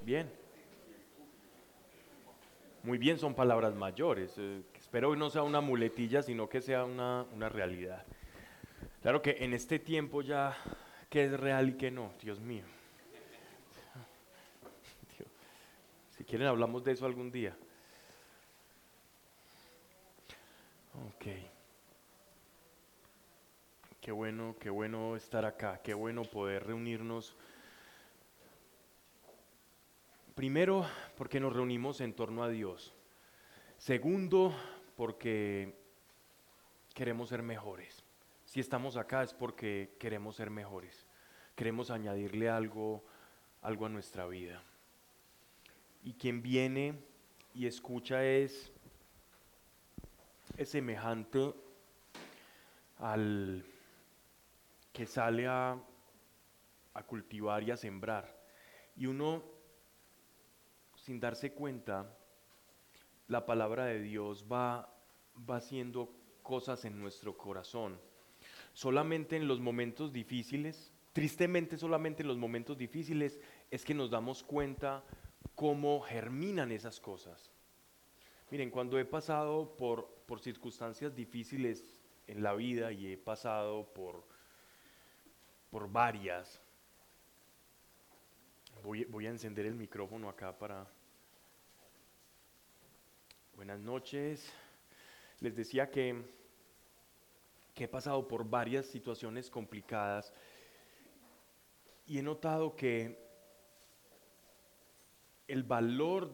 bien. Muy bien, son palabras mayores. Espero que no sea una muletilla, sino que sea una realidad. Claro que en este tiempo ya, ¿qué es real y qué no? Dios mío. Dios. Si quieren hablamos de eso algún día. Ok. Qué bueno estar acá. Qué bueno poder reunirnos. Primero, porque nos reunimos en torno a Dios. Segundo, porque queremos ser mejores. Si estamos acá es porque queremos ser mejores. Queremos añadirle algo a nuestra vida. Y quien viene y escucha es semejante al que sale a cultivar y a sembrar. Y uno, sin darse cuenta, la palabra de Dios va haciendo cosas en nuestro corazón. Solamente en los momentos difíciles, tristemente solamente en los momentos difíciles, es que nos damos cuenta cómo germinan esas cosas. Miren, cuando he pasado por circunstancias difíciles en la vida y he pasado por varias, voy a encender el micrófono acá para... Buenas noches. Les decía que he pasado por varias situaciones complicadas y he notado que el valor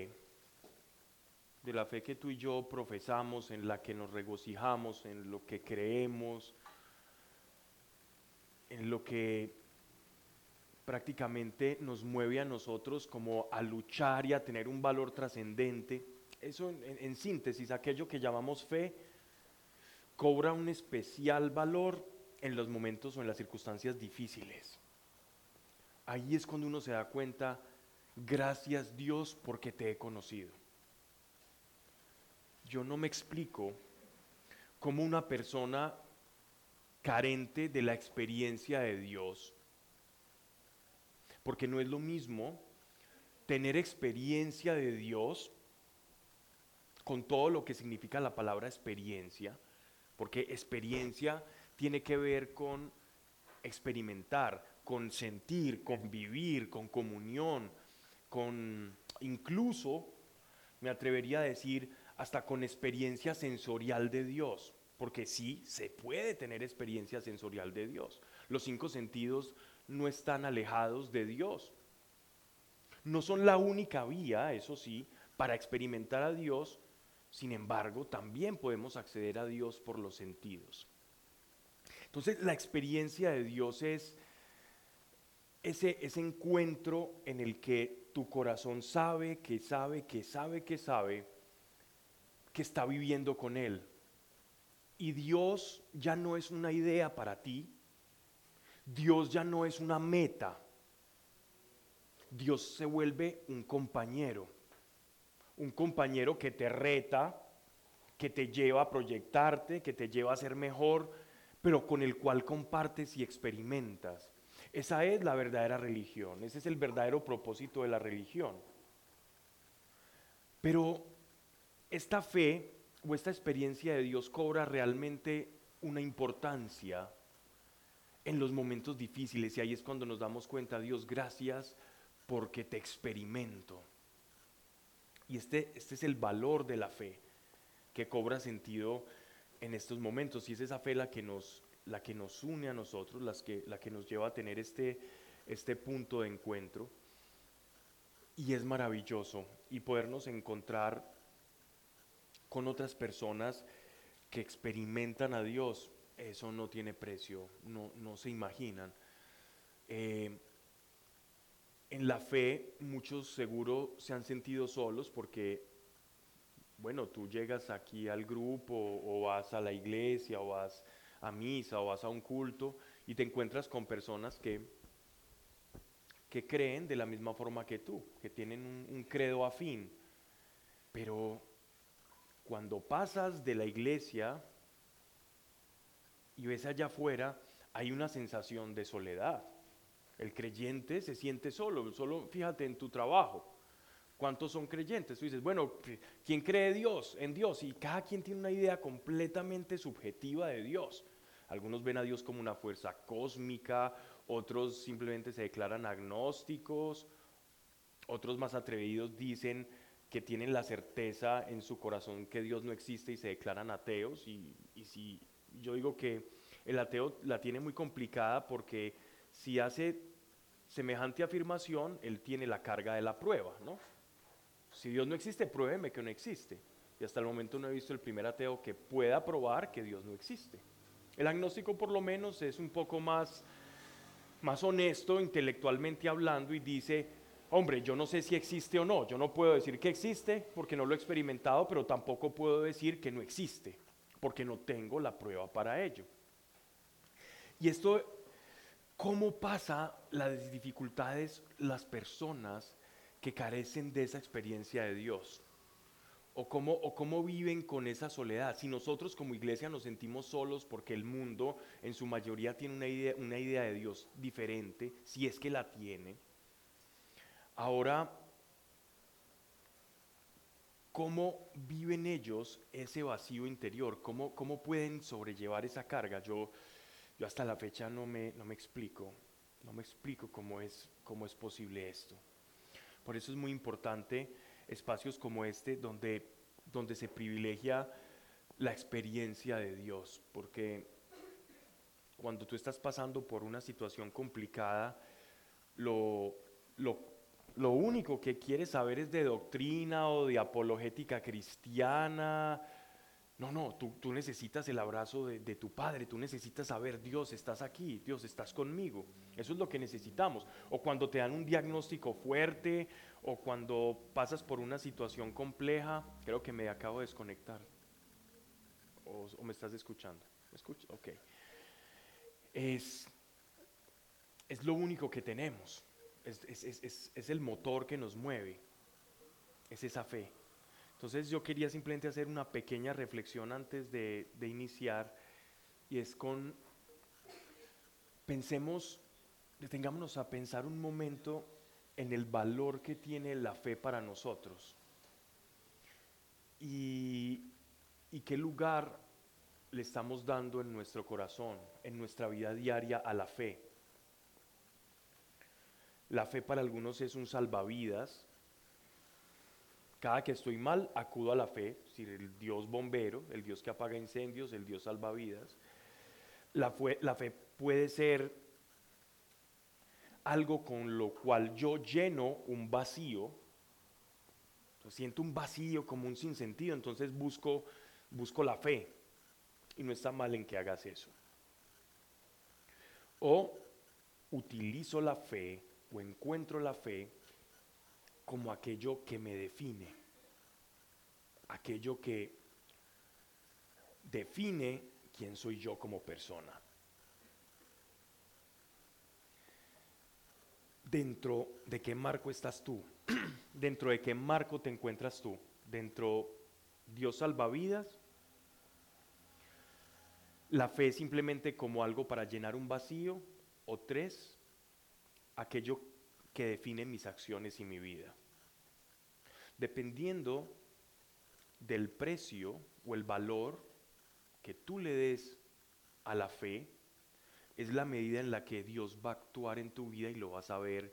de la fe que tú y yo profesamos, en la que nos regocijamos, en lo que creemos, en lo que prácticamente nos mueve a nosotros como a luchar y a tener un valor trascendente. Eso en síntesis, aquello que llamamos fe, cobra un especial valor en los momentos o en las circunstancias difíciles. Ahí es cuando uno se da cuenta, gracias Dios porque te he conocido. Yo no me explico cómo una persona carente de la experiencia de Dios, porque no es lo mismo tener experiencia de Dios con todo lo que significa la palabra experiencia, porque experiencia tiene que ver con experimentar, con sentir, con vivir, con comunión, con incluso, me atrevería a decir, hasta con experiencia sensorial de Dios, porque sí, se puede tener experiencia sensorial de Dios. Los cinco sentidos no están alejados de Dios. No son la única vía, eso sí, para experimentar a Dios. Sin embargo, también podemos acceder a Dios por los sentidos. Entonces, la experiencia de Dios es ese encuentro en el que tu corazón sabe, que sabe, que sabe, que sabe, que está viviendo con Él. Y Dios ya no es una idea para ti, Dios ya no es una meta, Dios se vuelve un compañero que te reta, que te lleva a proyectarte, que te lleva a ser mejor, pero con el cual compartes y experimentas. Esa es la verdadera religión, ese es el verdadero propósito de la religión. Pero esta fe o esta experiencia de Dios cobra realmente una importancia en los momentos difíciles y ahí es cuando nos damos cuenta, Dios, gracias porque te experimento. Y este es el valor de la fe que cobra sentido en estos momentos y es esa fe la que nos une a nosotros, la que nos lleva a tener este punto de encuentro y es maravilloso y podernos encontrar con otras personas que experimentan a Dios, eso no tiene precio, no se imaginan. Eh, en la fe muchos seguro se han sentido solos porque, bueno, tú llegas aquí al grupo o vas a la iglesia o vas a misa o vas a un culto y te encuentras con personas que creen de la misma forma que tú, que tienen un credo afín, pero cuando pasas de la iglesia y ves allá afuera, hay una sensación de soledad. El creyente se siente solo, solo fíjate en tu trabajo. ¿Cuántos son creyentes? Tú dices, bueno, ¿quién cree en Dios? Y cada quien tiene una idea completamente subjetiva de Dios. Algunos ven a Dios como una fuerza cósmica, otros simplemente se declaran agnósticos, otros más atrevidos dicen que tienen la certeza en su corazón que Dios no existe y se declaran ateos. Y si yo digo que el ateo la tiene muy complicada porque si hace semejante afirmación, él tiene la carga de la prueba, ¿no? Si Dios no existe, pruébeme que no existe. Y hasta el momento no he visto el primer ateo que pueda probar que Dios no existe. El agnóstico por lo menos es un poco más honesto intelectualmente hablando y dice, hombre, yo no sé si existe o no, yo no puedo decir que existe porque no lo he experimentado, pero tampoco puedo decir que no existe porque no tengo la prueba para ello. Y esto, ¿cómo pasa las dificultades las personas que carecen de esa experiencia de Dios? O cómo viven con esa soledad. Si nosotros como iglesia nos sentimos solos porque el mundo en su mayoría tiene una idea de Dios diferente, si es que la tiene, ahora, ¿cómo viven ellos ese vacío interior? ¿Cómo pueden sobrellevar esa carga? Yo hasta la fecha no me explico, cómo es posible esto. Por eso es muy importante espacios como este donde se privilegia la experiencia de Dios, porque cuando tú estás pasando por una situación complicada, lo, lo, lo único que quieres saber es de doctrina o de apologética cristiana. No, tú necesitas el abrazo de tu Padre, tú necesitas saber, Dios, estás aquí, Dios, estás conmigo. Eso es lo que necesitamos. O cuando te dan un diagnóstico fuerte, o cuando pasas por una situación compleja, creo que me acabo de desconectar. O me estás escuchando. ¿Me escuchas? Ok. Es, es lo único que tenemos. Es el motor que nos mueve. Es esa fe. Entonces yo quería simplemente hacer una pequeña reflexión antes de iniciar y es pensemos, detengámonos a pensar un momento en el valor que tiene la fe para nosotros y, y qué lugar le estamos dando en nuestro corazón, en nuestra vida diaria a la fe. La fe para algunos es un salvavidas. Cada que estoy mal, acudo a la fe, es decir, el Dios bombero, el Dios que apaga incendios, el Dios salvavidas. La fe puede ser algo con lo cual yo lleno un vacío, siento un vacío como un sinsentido, entonces busco la fe, y no está mal en que hagas eso. O utilizo la fe o encuentro la fe como aquello que me define, aquello que define quién soy yo como persona. ¿Dentro de qué marco estás tú? ¿Dentro de qué marco te encuentras tú? ¿Dentro Dios salvavidas? ¿La fe simplemente como algo para llenar un vacío? ¿O tres, aquello que define mis acciones y mi vida? Dependiendo del precio o el valor que tú le des a la fe, es la medida en la que Dios va a actuar en tu vida y lo vas a ver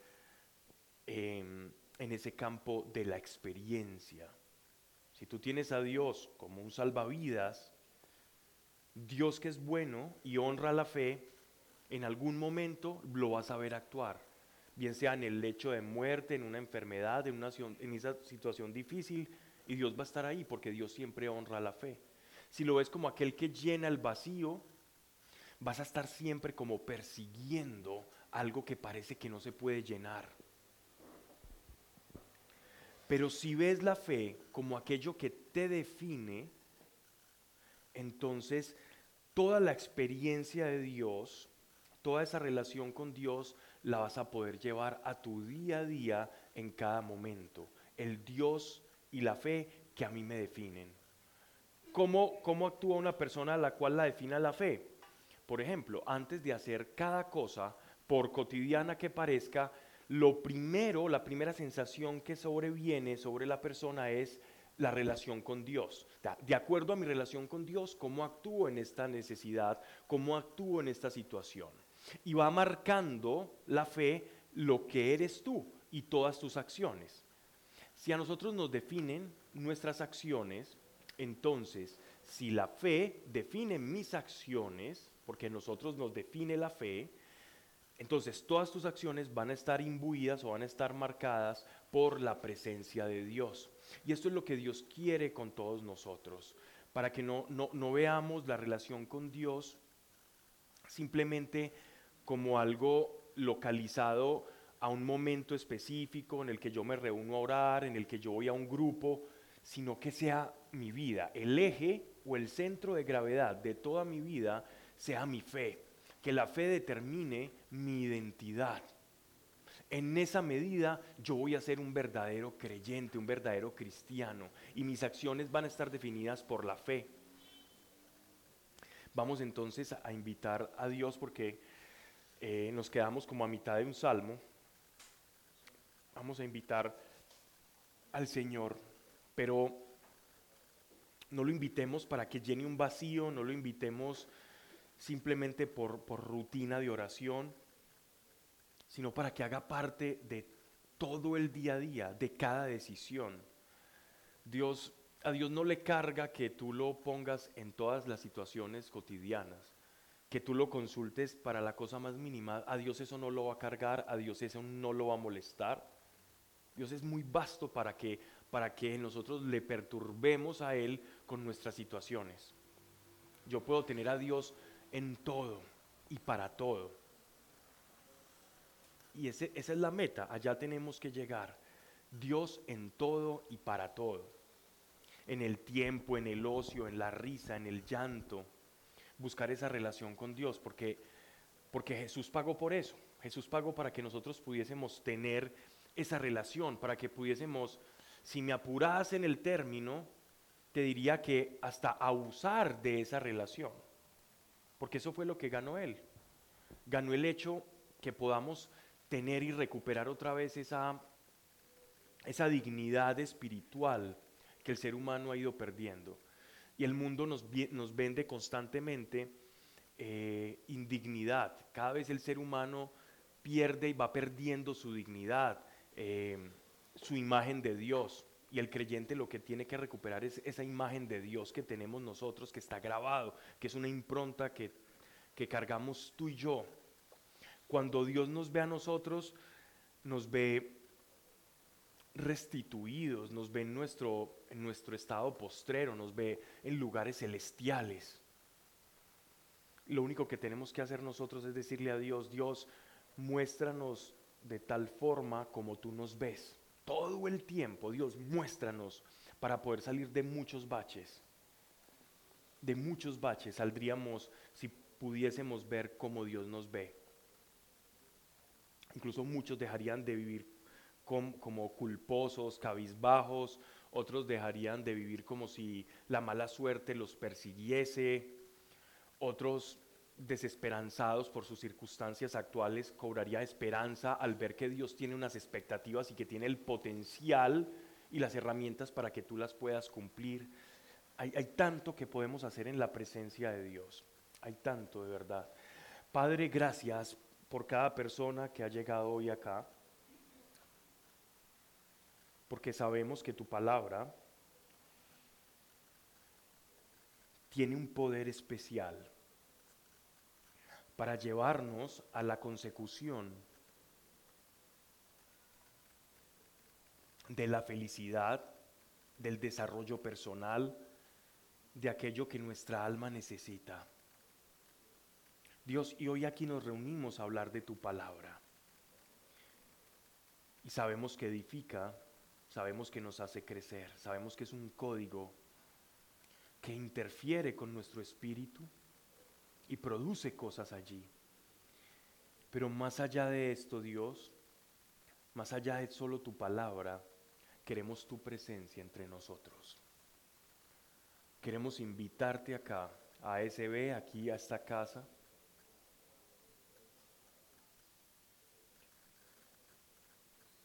en ese campo de la experiencia. Si tú tienes a Dios como un salvavidas, Dios que es bueno y honra la fe, en algún momento lo vas a ver actuar, bien sea en el lecho de muerte, en una enfermedad, en esa situación difícil, y Dios va a estar ahí porque Dios siempre honra la fe. Si lo ves como aquel que llena el vacío, vas a estar siempre como persiguiendo algo que parece que no se puede llenar. Pero si ves la fe como aquello que te define, entonces toda la experiencia de Dios, toda esa relación con Dios, la vas a poder llevar a tu día a día en cada momento. El Dios y la fe que a mí me definen. ¿Cómo actúa una persona a la cual la defina la fe? Por ejemplo, antes de hacer cada cosa, por cotidiana que parezca, lo primero, la primera sensación que sobreviene sobre la persona es la relación con Dios. De acuerdo a mi relación con Dios, cómo actúo en esta necesidad, cómo actúo en esta situación. Y va marcando la fe lo que eres tú y todas tus acciones. Si a nosotros nos definen nuestras acciones, entonces, si la fe define mis acciones, porque nosotros nos define la fe, entonces todas tus acciones van a estar imbuidas o van a estar marcadas por la presencia de Dios. Y esto es lo que Dios quiere con todos nosotros, para que no veamos la relación con Dios simplemente como algo localizado a un momento específico en el que yo me reúno a orar, en el que yo voy a un grupo, sino que sea mi vida, el eje o el centro de gravedad de toda mi vida sea mi fe, que la fe determine mi identidad. En esa medida yo voy a ser un verdadero creyente, un verdadero cristiano, y mis acciones van a estar definidas por la fe. Vamos entonces a invitar a Dios porque nos quedamos como a mitad de un salmo. Vamos a invitar al Señor, pero no lo invitemos para que llene un vacío, no lo invitemos simplemente por rutina de oración, sino para que haga parte de todo el día a día, de cada decisión. A Dios no le carga que tú lo pongas en todas las situaciones cotidianas, que tú lo consultes para la cosa más mínima. A Dios eso no lo va a cargar, a Dios eso no lo va a molestar. Dios es muy vasto para que nosotros le perturbemos a Él con nuestras situaciones. Yo puedo tener a Dios en todo y para todo. Y esa es la meta, allá tenemos que llegar. Dios en todo y para todo. En el tiempo, en el ocio, en la risa, en el llanto. Buscar esa relación con Dios, porque Jesús pagó por eso. Jesús pagó para que nosotros pudiésemos tener esa relación, para que pudiésemos, si me apuras en el término, te diría que hasta abusar de esa relación, porque eso fue lo que ganó Él. Ganó el hecho que podamos tener y recuperar otra vez esa dignidad espiritual que el ser humano ha ido perdiendo. Y el mundo nos vende constantemente indignidad. Cada vez el ser humano pierde y va perdiendo su dignidad, su imagen de Dios. Y el creyente lo que tiene que recuperar es esa imagen de Dios que tenemos nosotros, que está grabado, que es una impronta que cargamos tú y yo. Cuando Dios nos ve a nosotros, nos ve restituidos, nos ve en nuestro estado postrero, nos ve en lugares celestiales. Lo único que tenemos que hacer nosotros es decirle a Dios: Dios, muéstranos de tal forma como tú nos ves. Todo el tiempo, Dios, muéstranos, para poder salir de muchos baches. De muchos baches saldríamos si pudiésemos ver como Dios nos ve. Incluso muchos dejarían de vivir como culposos, cabizbajos, otros dejarían de vivir como si la mala suerte los persiguiese, otros desesperanzados por sus circunstancias actuales cobraría esperanza al ver que Dios tiene unas expectativas y que tiene el potencial y las herramientas para que tú las puedas cumplir. Hay tanto que podemos hacer en la presencia de Dios, hay tanto, de verdad. Padre, gracias por cada persona que ha llegado hoy acá, porque sabemos que tu palabra tiene un poder especial para llevarnos a la consecución de la felicidad, del desarrollo personal, de aquello que nuestra alma necesita. Dios, y hoy aquí nos reunimos a hablar de tu palabra. Y sabemos que edifica, sabemos que nos hace crecer, sabemos que es un código que interfiere con nuestro espíritu y produce cosas allí. Pero más allá de esto, Dios, más allá de solo tu palabra, queremos tu presencia entre nosotros. Queremos invitarte acá, a ASB, aquí a esta casa.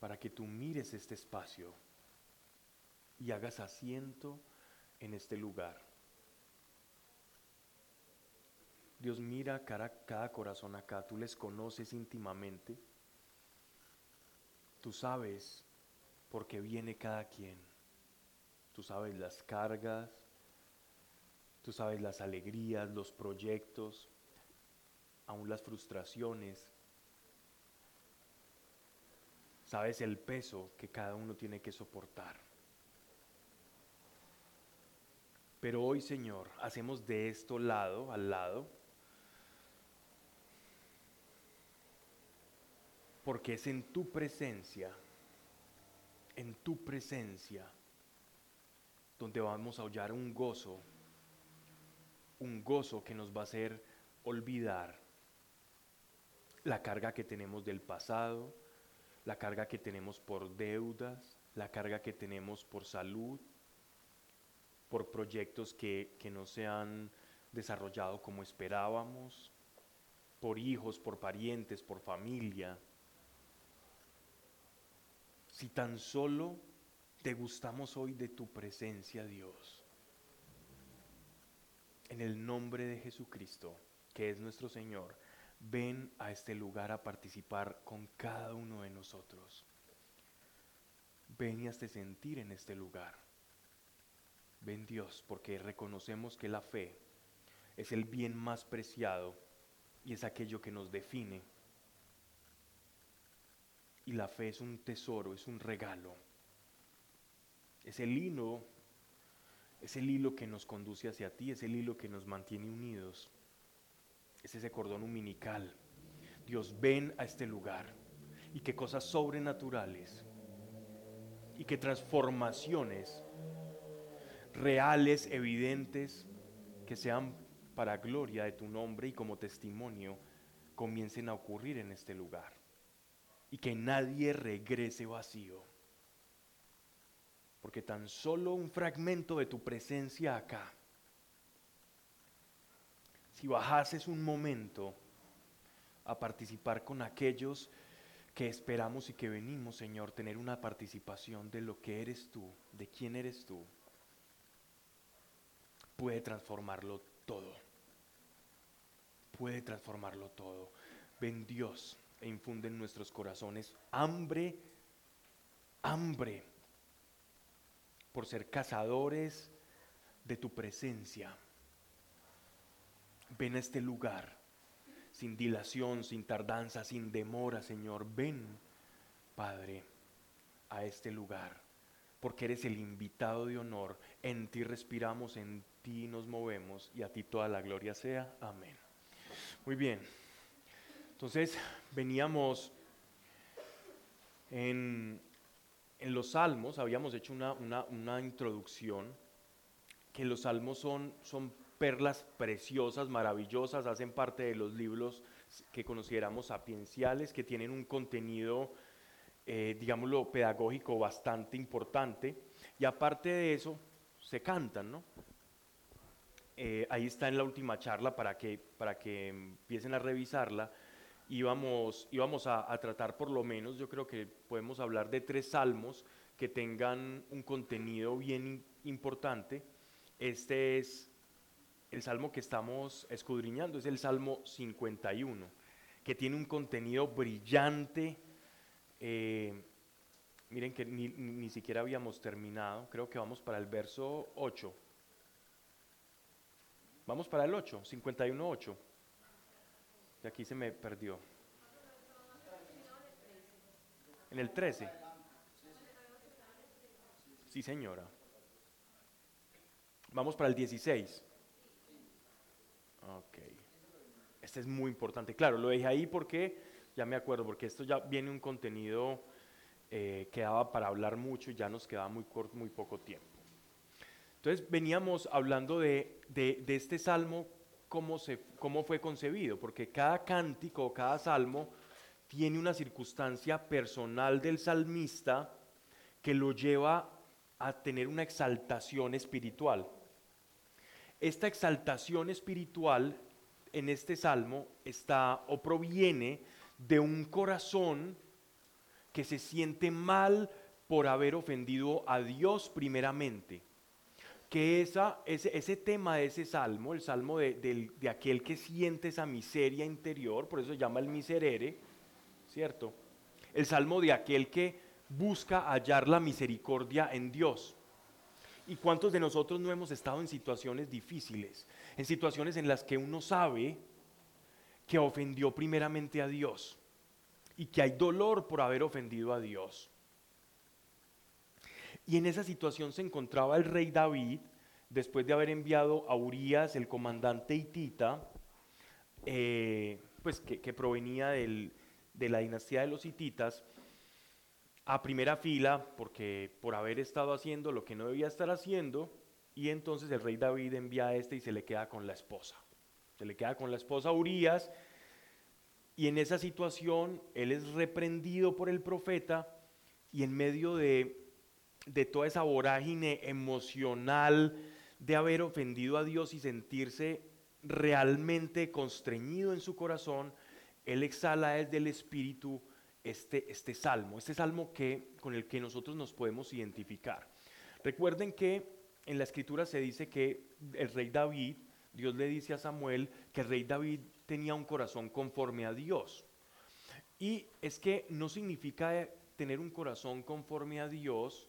para que tú mires este espacio y hagas asiento en este lugar. Dios, mira cada corazón acá, tú les conoces íntimamente, tú sabes por qué viene cada quien, tú sabes las cargas, tú sabes las alegrías, los proyectos, aún las frustraciones, sabes el peso que cada uno tiene que soportar. Pero hoy, Señor, hacemos de esto lado al lado, porque es en tu presencia, donde vamos a hallar un gozo que nos va a hacer olvidar la carga que tenemos del pasado, la carga que tenemos por deudas, la carga que tenemos por salud, por proyectos que no se han desarrollado como esperábamos, por hijos, por parientes, por familia. Si tan solo te gustamos hoy de tu presencia, Dios, en el nombre de Jesucristo, que es nuestro Señor, ven a este lugar a participar con cada uno de nosotros. Ven y hazte sentir en este lugar. Ven, Dios, porque reconocemos que la fe es el bien más preciado y es aquello que nos define. Y la fe es un tesoro, es un regalo. Es el hilo que nos conduce hacia ti, es el hilo que nos mantiene unidos. Es ese cordón umbilical. Dios, ven a este lugar y que cosas sobrenaturales y que transformaciones reales, evidentes, que sean para gloria de tu nombre y como testimonio, comiencen a ocurrir en este lugar. Y que nadie regrese vacío. Porque tan solo un fragmento de tu presencia acá, si bajases un momento a participar con aquellos que esperamos y que venimos, Señor, tener una participación de lo que eres tú, de quién eres tú, puede transformarlo todo. Puede transformarlo todo. Ven, Dios, e infunde en nuestros corazones hambre por ser cazadores de tu presencia. Ven a este lugar, sin dilación, sin tardanza, sin demora, Señor. Ven, Padre, a este lugar, porque eres el invitado de honor. En ti respiramos, en ti nos movemos, y a ti toda la gloria sea. Amén. Muy bien. Entonces, veníamos en los Salmos, habíamos hecho una introducción, que los Salmos son perlas preciosas, maravillosas, hacen parte de los libros que consideramos sapienciales, que tienen un contenido, digámoslo, pedagógico bastante importante, y aparte de eso, se cantan, ¿no? Ahí está en la última charla para que empiecen a revisarla. Íbamos a tratar, por lo menos, yo creo que podemos hablar de 3 salmos que tengan un contenido bien importante. Este es el salmo que estamos escudriñando, es el Salmo 51, que tiene un contenido brillante. Miren que ni siquiera habíamos terminado, creo que vamos para el verso 8. Vamos para el 8, 51:8. Y aquí se me perdió. En el 13. Sí, señora. Vamos para el 16. Ok. Este es muy importante. Claro, lo dejé ahí porque, ya me acuerdo, porque esto ya viene un contenido que daba para hablar mucho y ya nos quedaba muy poco tiempo. Entonces veníamos hablando de este salmo, cómo fue concebido, porque cada cántico, cada salmo tiene una circunstancia personal del salmista que lo lleva a tener una exaltación espiritual. Esta exaltación espiritual en este salmo está o proviene de un corazón que se siente mal por haber ofendido a Dios primeramente. Que ese tema de ese salmo, el salmo de aquel que siente esa miseria interior, por eso se llama el miserere, ¿cierto? El salmo de aquel que busca hallar la misericordia en Dios. ¿Y cuántos de nosotros no hemos estado en situaciones difíciles? En situaciones en las que uno sabe que ofendió primeramente a Dios y que hay dolor por haber ofendido a Dios. Y en esa situación se encontraba el rey David, después de haber enviado a Urías, el comandante hitita, pues que provenía de la dinastía de los hititas, a primera fila, porque por haber estado haciendo lo que no debía estar haciendo, y entonces el rey David envía a y se le queda con la esposa. Se le queda con la esposa Urías, y en esa situación él es reprendido por el profeta, y en medio de toda esa vorágine emocional de haber ofendido a Dios y sentirse realmente constreñido en su corazón, él exhala desde el Espíritu este salmo con el que nosotros nos podemos identificar. Recuerden que en la Escritura se dice que el rey David, Dios le dice a Samuel que el rey David tenía un corazón conforme a Dios. Y es que no significa tener un corazón conforme a Dios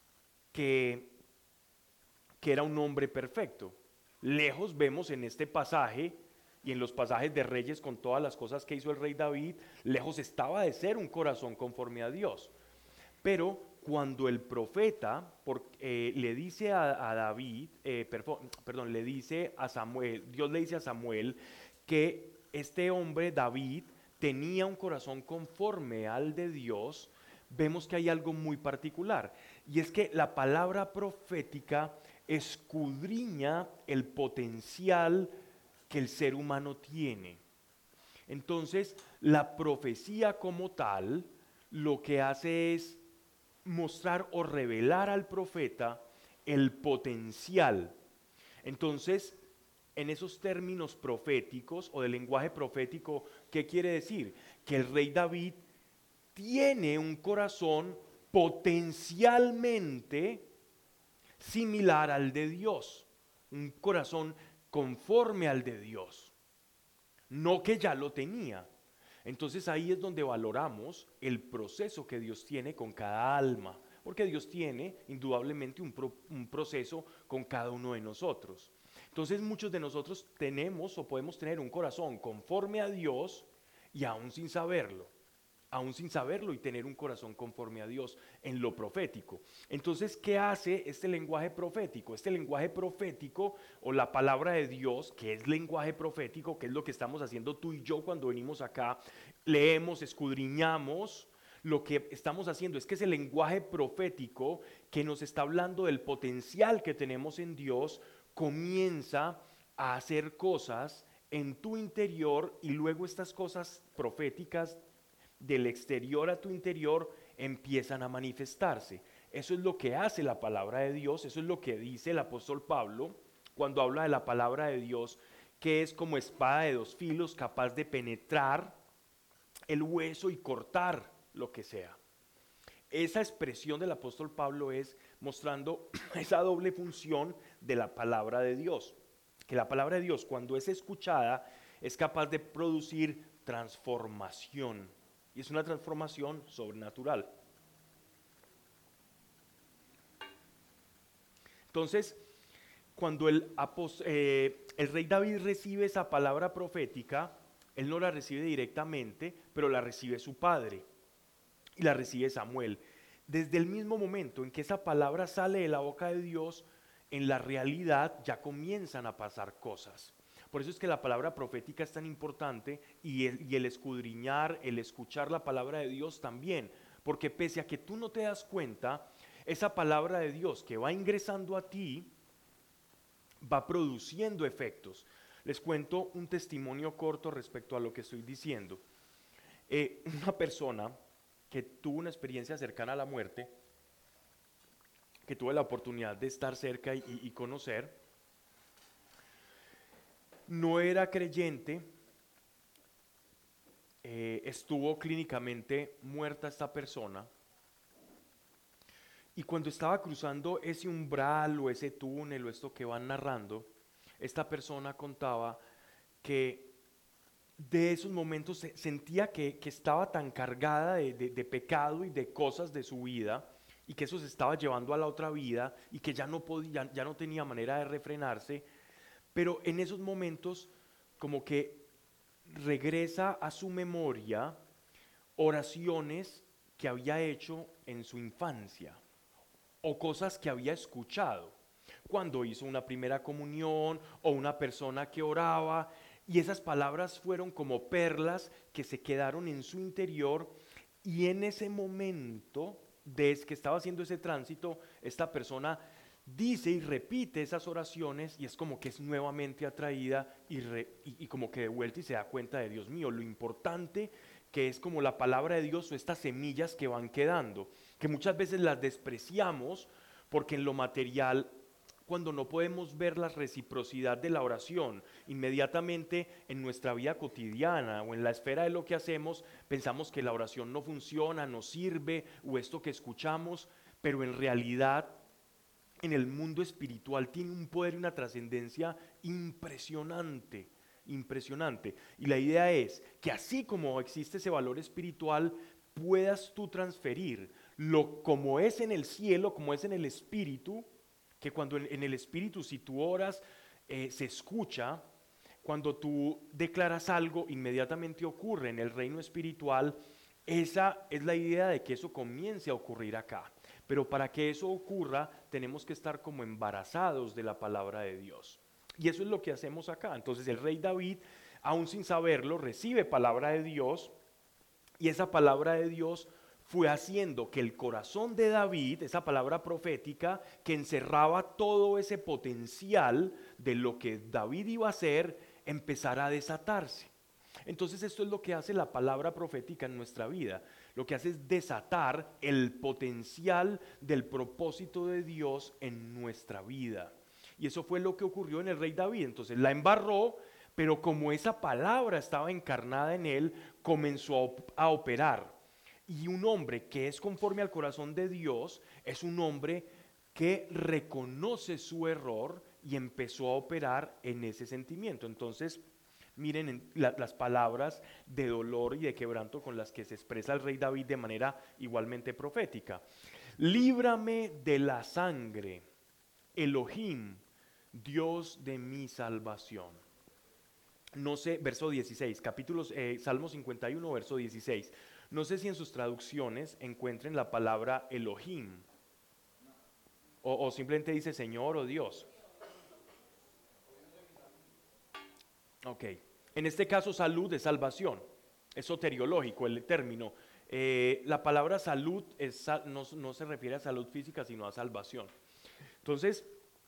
que era un hombre perfecto. Lejos vemos en este pasaje y en los pasajes de Reyes con todas las cosas que hizo el rey David, lejos estaba de ser un corazón conforme a Dios. Pero cuando el profeta le dice a David, le dice a Samuel, Dios le dice a Samuel que este hombre David tenía un corazón conforme al de Dios, vemos que hay algo muy particular, y es que la palabra profética escudriña el potencial que el ser humano tiene. Entonces, la profecía como tal, lo que hace es mostrar o revelar al profeta el potencial. Entonces, en esos términos proféticos o del lenguaje profético, ¿qué quiere decir? Que el rey David tiene un corazón potencialmente similar al de Dios, un corazón conforme al de Dios, no que ya lo tenía. Entonces ahí es donde valoramos el proceso que Dios tiene con cada alma, porque Dios tiene indudablemente un proceso con cada uno de nosotros. Entonces muchos de nosotros tenemos o podemos tener un corazón conforme a Dios y aún sin saberlo y tener un corazón conforme a Dios en lo profético. Entonces, ¿qué hace este lenguaje profético? Este lenguaje profético o la palabra de Dios, que es lenguaje profético, que es lo que estamos haciendo tú y yo cuando venimos acá, leemos, escudriñamos, lo que estamos haciendo es que ese lenguaje profético que nos está hablando del potencial que tenemos en Dios, comienza a hacer cosas en tu interior y luego estas cosas proféticas del exterior a tu interior empiezan a manifestarse. Eso es lo que hace la palabra de Dios, eso es lo que dice el apóstol Pablo cuando habla de la palabra de Dios, que es como espada de dos filos capaz de penetrar el hueso y cortar lo que sea. Esa expresión del apóstol Pablo es mostrando esa doble función de la palabra de Dios, que la palabra de Dios cuando es escuchada es capaz de producir transformación. Y es una transformación sobrenatural. Entonces, cuando el rey David recibe esa palabra profética, él no la recibe directamente, pero la recibe su padre y la recibe Samuel. Desde el mismo momento en que esa palabra sale de la boca de Dios, en la realidad ya comienzan a pasar cosas. Por eso es que la palabra profética es tan importante y el escudriñar, el escuchar la palabra de Dios también. Porque pese a que tú no te das cuenta, esa palabra de Dios que va ingresando a ti va produciendo efectos. Les cuento un testimonio corto respecto a lo que estoy diciendo. Una persona que tuvo una experiencia cercana a la muerte, que tuve la oportunidad de estar cerca y conocer, no era creyente, estuvo clínicamente muerta esta persona. Y cuando estaba cruzando ese umbral o ese túnel o esto que van narrando, esta persona contaba que de esos momentos sentía que estaba tan cargada de pecado y de cosas de su vida, y que eso se estaba llevando a la otra vida y que ya no podía, ya no tenía manera de refrenarse, pero en esos momentos como que regresa a su memoria oraciones que había hecho en su infancia o cosas que había escuchado cuando hizo una primera comunión o una persona que oraba, y esas palabras fueron como perlas que se quedaron en su interior. Y en ese momento, desde que estaba haciendo ese tránsito, esta persona dice y repite esas oraciones, y es como que es nuevamente atraída y como que de vuelta, y se da cuenta de, Dios mío, lo importante que es como la palabra de Dios o estas semillas que van quedando, que muchas veces las despreciamos porque en lo material, cuando no podemos ver la reciprocidad de la oración inmediatamente en nuestra vida cotidiana o en la esfera de lo que hacemos, pensamos que la oración no funciona, no sirve, o esto que escuchamos, pero en realidad en el mundo espiritual tiene un poder y una trascendencia impresionante, impresionante. Y la idea es que así como existe ese valor espiritual, puedas tú transferir lo como es en el cielo, como es en el espíritu, que cuando en el espíritu, si tú oras, se escucha. Cuando tú declaras algo, inmediatamente ocurre en el reino espiritual. Esa es la idea de que eso comience a ocurrir acá. Pero para que eso ocurra, tenemos que estar como embarazados de la palabra de Dios. Y eso es lo que hacemos acá. Entonces el rey David, aún sin saberlo, recibe palabra de Dios, y esa palabra de Dios fue haciendo que el corazón de David, esa palabra profética que encerraba todo ese potencial de lo que David iba a hacer, empezara a desatarse. Entonces esto es lo que hace la palabra profética en nuestra vida. Lo que hace es desatar el potencial del propósito de Dios en nuestra vida. Y eso fue lo que ocurrió en el rey David. Entonces la embarró, pero como esa palabra estaba encarnada en él, comenzó a operar. Y un hombre que es conforme al corazón de Dios es un hombre que reconoce su error y empezó a operar en ese sentimiento. Entonces, miren las palabras de dolor y de quebranto con las que se expresa el rey David de manera igualmente profética. Líbrame de la sangre, Elohim, Dios de mi salvación. No sé, verso 16, Salmo 51, verso 16. No sé si en sus traducciones encuentren la palabra Elohim o simplemente dice Señor o Dios. Ok, en este caso salud es salvación, es soteriológico el término. La palabra salud no se refiere a salud física, sino a salvación. Entonces,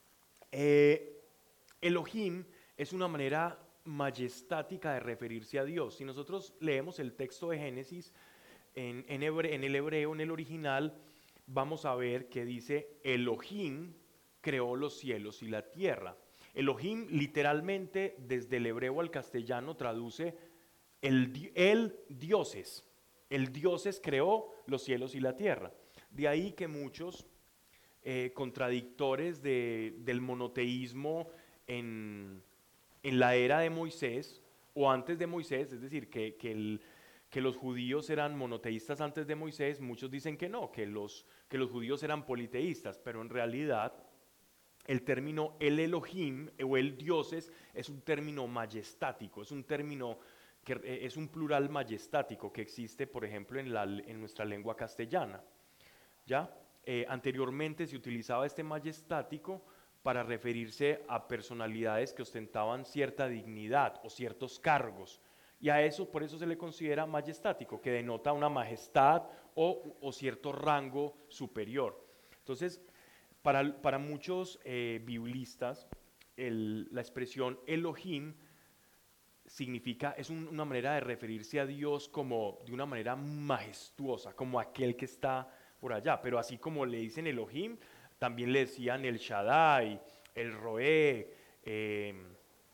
Elohim es una manera majestática de referirse a Dios. Si nosotros leemos el texto de Génesis en el hebreo, en el original, vamos a ver que dice Elohim creó los cielos y la tierra. Elohim literalmente desde el hebreo al castellano traduce el dioses. El dioses creó los cielos y la tierra. De ahí que muchos contradictores del monoteísmo en la era de Moisés o antes de Moisés, es decir, que los judíos eran monoteístas antes de Moisés, muchos dicen que no, que los judíos eran politeístas, pero en realidad el término el Elohim o el dioses es un término majestático, es un término que es un plural majestático que existe, por ejemplo, en nuestra lengua castellana. ¿Ya? Anteriormente se utilizaba este majestático para referirse a personalidades que ostentaban cierta dignidad o ciertos cargos. Y a eso, por eso se le considera majestático, que denota una majestad o cierto rango superior. Entonces, para muchos biblistas, la expresión Elohim significa, es una manera de referirse a Dios como de una manera majestuosa, como aquel que está por allá. Pero así como le dicen Elohim, también le decían el Shaddai, el Roé,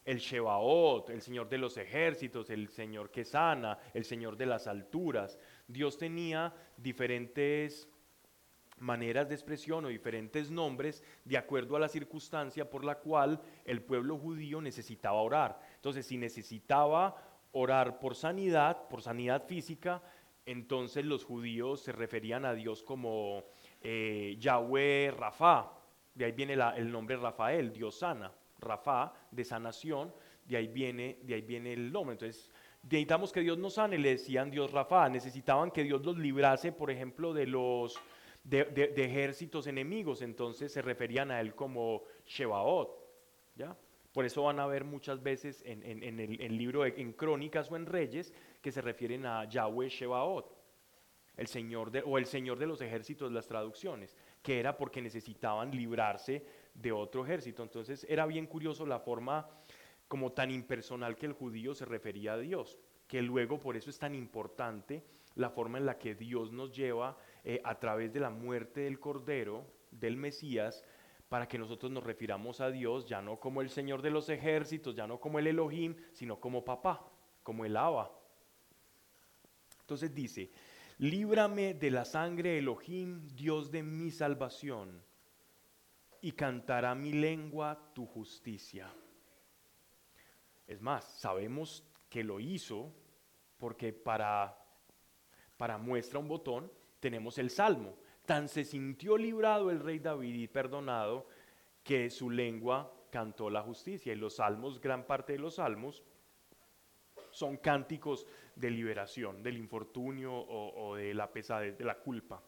el Shebaot, el Señor de los ejércitos, el Señor que sana, el Señor de las alturas. Dios tenía diferentes maneras de expresión o diferentes nombres de acuerdo a la circunstancia por la cual el pueblo judío necesitaba orar. Entonces, si necesitaba orar por sanidad física, entonces los judíos se referían a Dios como Yahweh Rafa. De ahí viene el nombre Rafael, Dios sana. Rafa, de sanación, de ahí viene el nombre. Entonces, necesitamos que Dios nos sane, le decían Dios Rafa. Necesitaban que Dios los librase, por ejemplo, de ejércitos enemigos, entonces se referían a él como Shebaot, ¿ya? Por eso van a ver muchas veces en el libro, en Crónicas o en Reyes, que se refieren a Yahweh Shebaot, o el Señor de los ejércitos, las traducciones, que era porque necesitaban librarse de otro ejército. Entonces era bien curioso la forma como tan impersonal que el judío se refería a Dios, que luego por eso es tan importante la forma en la que Dios nos lleva a través de la muerte del Cordero, del Mesías, para que nosotros nos refiramos a Dios ya no como el Señor de los ejércitos, ya no como el Elohim, sino como papá, como el Abba. Entonces dice, líbrame de la sangre, Elohim, Dios de mi salvación, y cantará mi lengua tu justicia. Es más, sabemos que lo hizo porque para muestra un botón tenemos el Salmo. Tan se sintió librado el rey David y perdonado que su lengua cantó la justicia. Y los salmos, gran parte de los salmos, son cánticos de liberación, del infortunio o de la pesadez, de la culpa.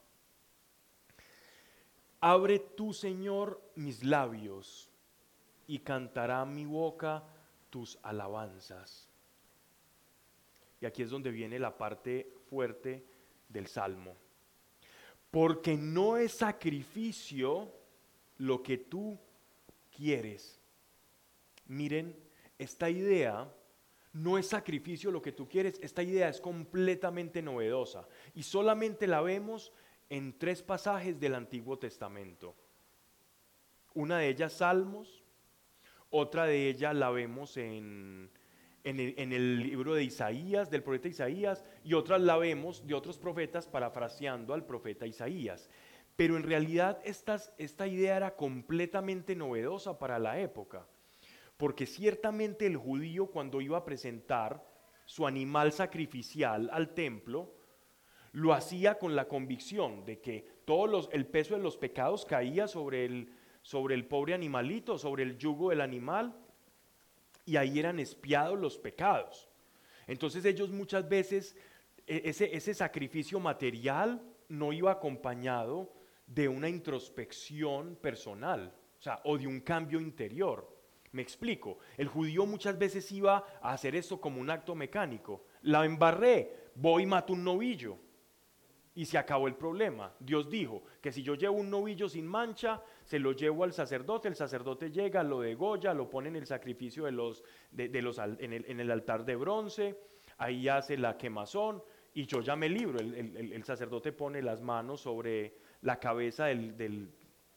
Abre tú, Señor, mis labios y cantará mi boca tus alabanzas. Y aquí es donde viene la parte fuerte del Salmo. Porque no es sacrificio lo que tú quieres. Miren, esta idea no es sacrificio lo que tú quieres. Esta idea es completamente novedosa y solamente la vemos en 3 pasajes del Antiguo Testamento. Una de ellas Salmos, otra de ellas la vemos en el libro de Isaías, del profeta Isaías, y otras la vemos de otros profetas parafraseando al profeta Isaías. Pero en realidad esta idea era completamente novedosa para la época, porque ciertamente el judío, cuando iba a presentar su animal sacrificial al templo, lo hacía con la convicción de que el peso de los pecados caía sobre el pobre animalito, sobre el yugo del animal, y ahí eran expiados los pecados. Entonces ellos muchas veces, ese sacrificio material no iba acompañado de una introspección personal, o de un cambio interior. Me explico, el judío muchas veces iba a hacer esto como un acto mecánico. La embarré, voy y mato un novillo. Y se acabó el problema. Dios dijo que si yo llevo un novillo sin mancha, se lo llevo al sacerdote, el sacerdote llega, lo degolla, lo pone en el sacrificio en el altar de bronce, ahí hace la quemazón y yo ya me libro. El sacerdote pone las manos sobre la cabeza del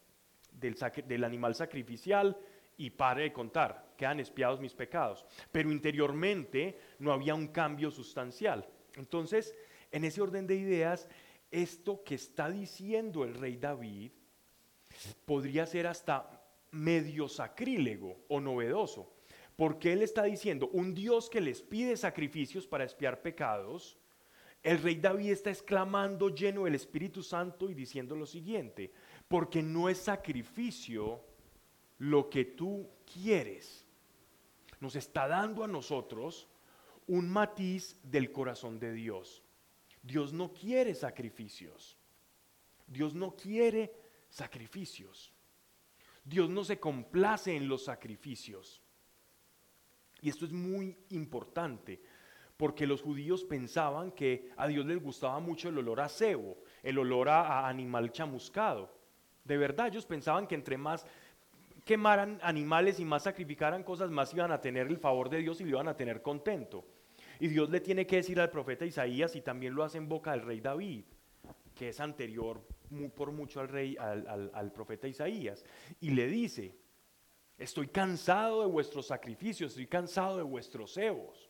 animal sacrificial y para de contar, quedan expiados mis pecados. Pero interiormente no había un cambio sustancial. Entonces, en ese orden de ideas, esto que está diciendo el rey David podría ser hasta medio sacrílego o novedoso, porque él está diciendo un Dios que les pide sacrificios para expiar pecados. El rey David está exclamando lleno del Espíritu Santo y diciendo lo siguiente: porque no es sacrificio lo que tú quieres. Nos está dando a nosotros un matiz del corazón de Dios. Dios no quiere sacrificios. Dios no quiere sacrificios. Dios no se complace en los sacrificios. Y esto es muy importante, porque los judíos pensaban que a Dios les gustaba mucho el olor a cebo, el olor a animal chamuscado. De verdad, ellos pensaban que entre más quemaran animales y más sacrificaran cosas, más iban a tener el favor de Dios y lo iban a tener contento. Y Dios le tiene que decir al profeta Isaías, y también lo hace en boca del rey David, que es anterior por mucho al profeta Isaías, y le dice: Estoy cansado de vuestros sacrificios, estoy cansado de vuestros cebos.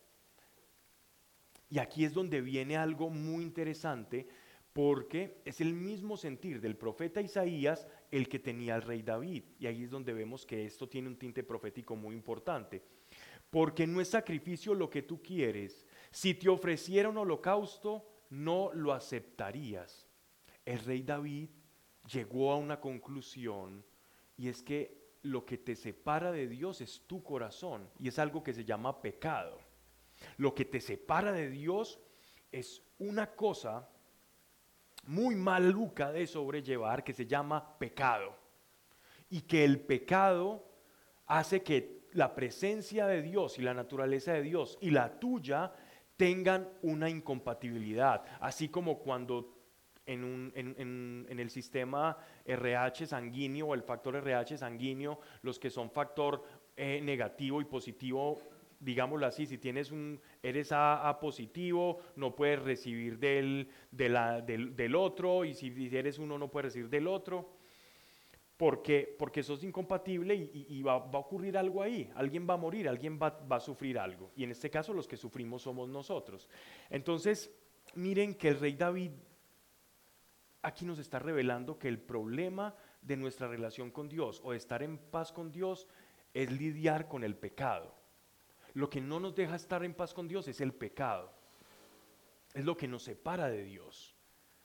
Y aquí es donde viene algo muy interesante, porque es el mismo sentir del profeta Isaías el que tenía el rey David. Y ahí es donde vemos que esto tiene un tinte profético muy importante. Porque no es sacrificio lo que tú quieres. Si te ofreciera un holocausto, no lo aceptarías. El rey David llegó a una conclusión, y es que lo que te separa de Dios es tu corazón, y es algo que se llama pecado. Lo que te separa de Dios es una cosa muy maluca de sobrellevar que se llama pecado. Y que el pecado hace que la presencia de Dios y la naturaleza de Dios y la tuya tengan una incompatibilidad. Así como cuando en el sistema RH sanguíneo o el factor RH sanguíneo, los que son factor negativo y positivo, digámoslo así, si eres A positivo, no puedes recibir del otro, y si eres uno, no puedes recibir del otro, porque sos incompatible y va a ocurrir algo ahí, alguien va a morir, alguien va a sufrir algo, y en este caso los que sufrimos somos nosotros. Entonces, miren que el rey David aquí nos está revelando que el problema de nuestra relación con Dios o de estar en paz con Dios es lidiar con el pecado. Lo que no nos deja estar en paz con Dios es el pecado. Es lo que nos separa de Dios.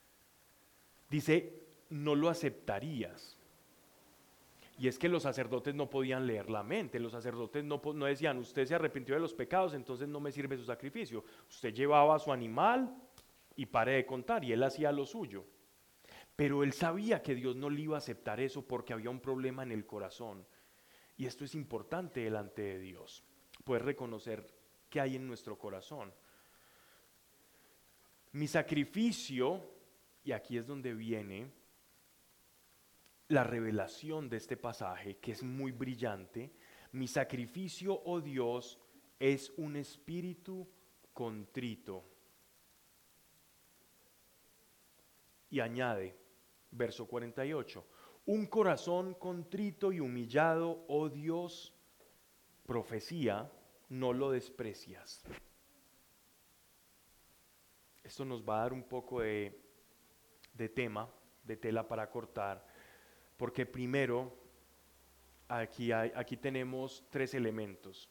Dice, no lo aceptarías. Y es que los sacerdotes no podían leer la mente. Los sacerdotes no decían, usted se arrepintió de los pecados, entonces no me sirve su sacrificio. Usted llevaba a su animal y pare de contar, y él hacía lo suyo. Pero él sabía que Dios no le iba a aceptar eso porque había un problema en el corazón. Y esto es importante delante de Dios, poder reconocer qué hay en nuestro corazón. Mi sacrificio, y aquí es donde viene la revelación de este pasaje, que es muy brillante. Mi sacrificio, oh Dios, es un espíritu contrito. Y añade, verso 48, un corazón contrito y humillado, oh Dios, profecía, no lo desprecias. Esto nos va a dar un poco de tema, de tela para cortar, porque primero, aquí tenemos tres elementos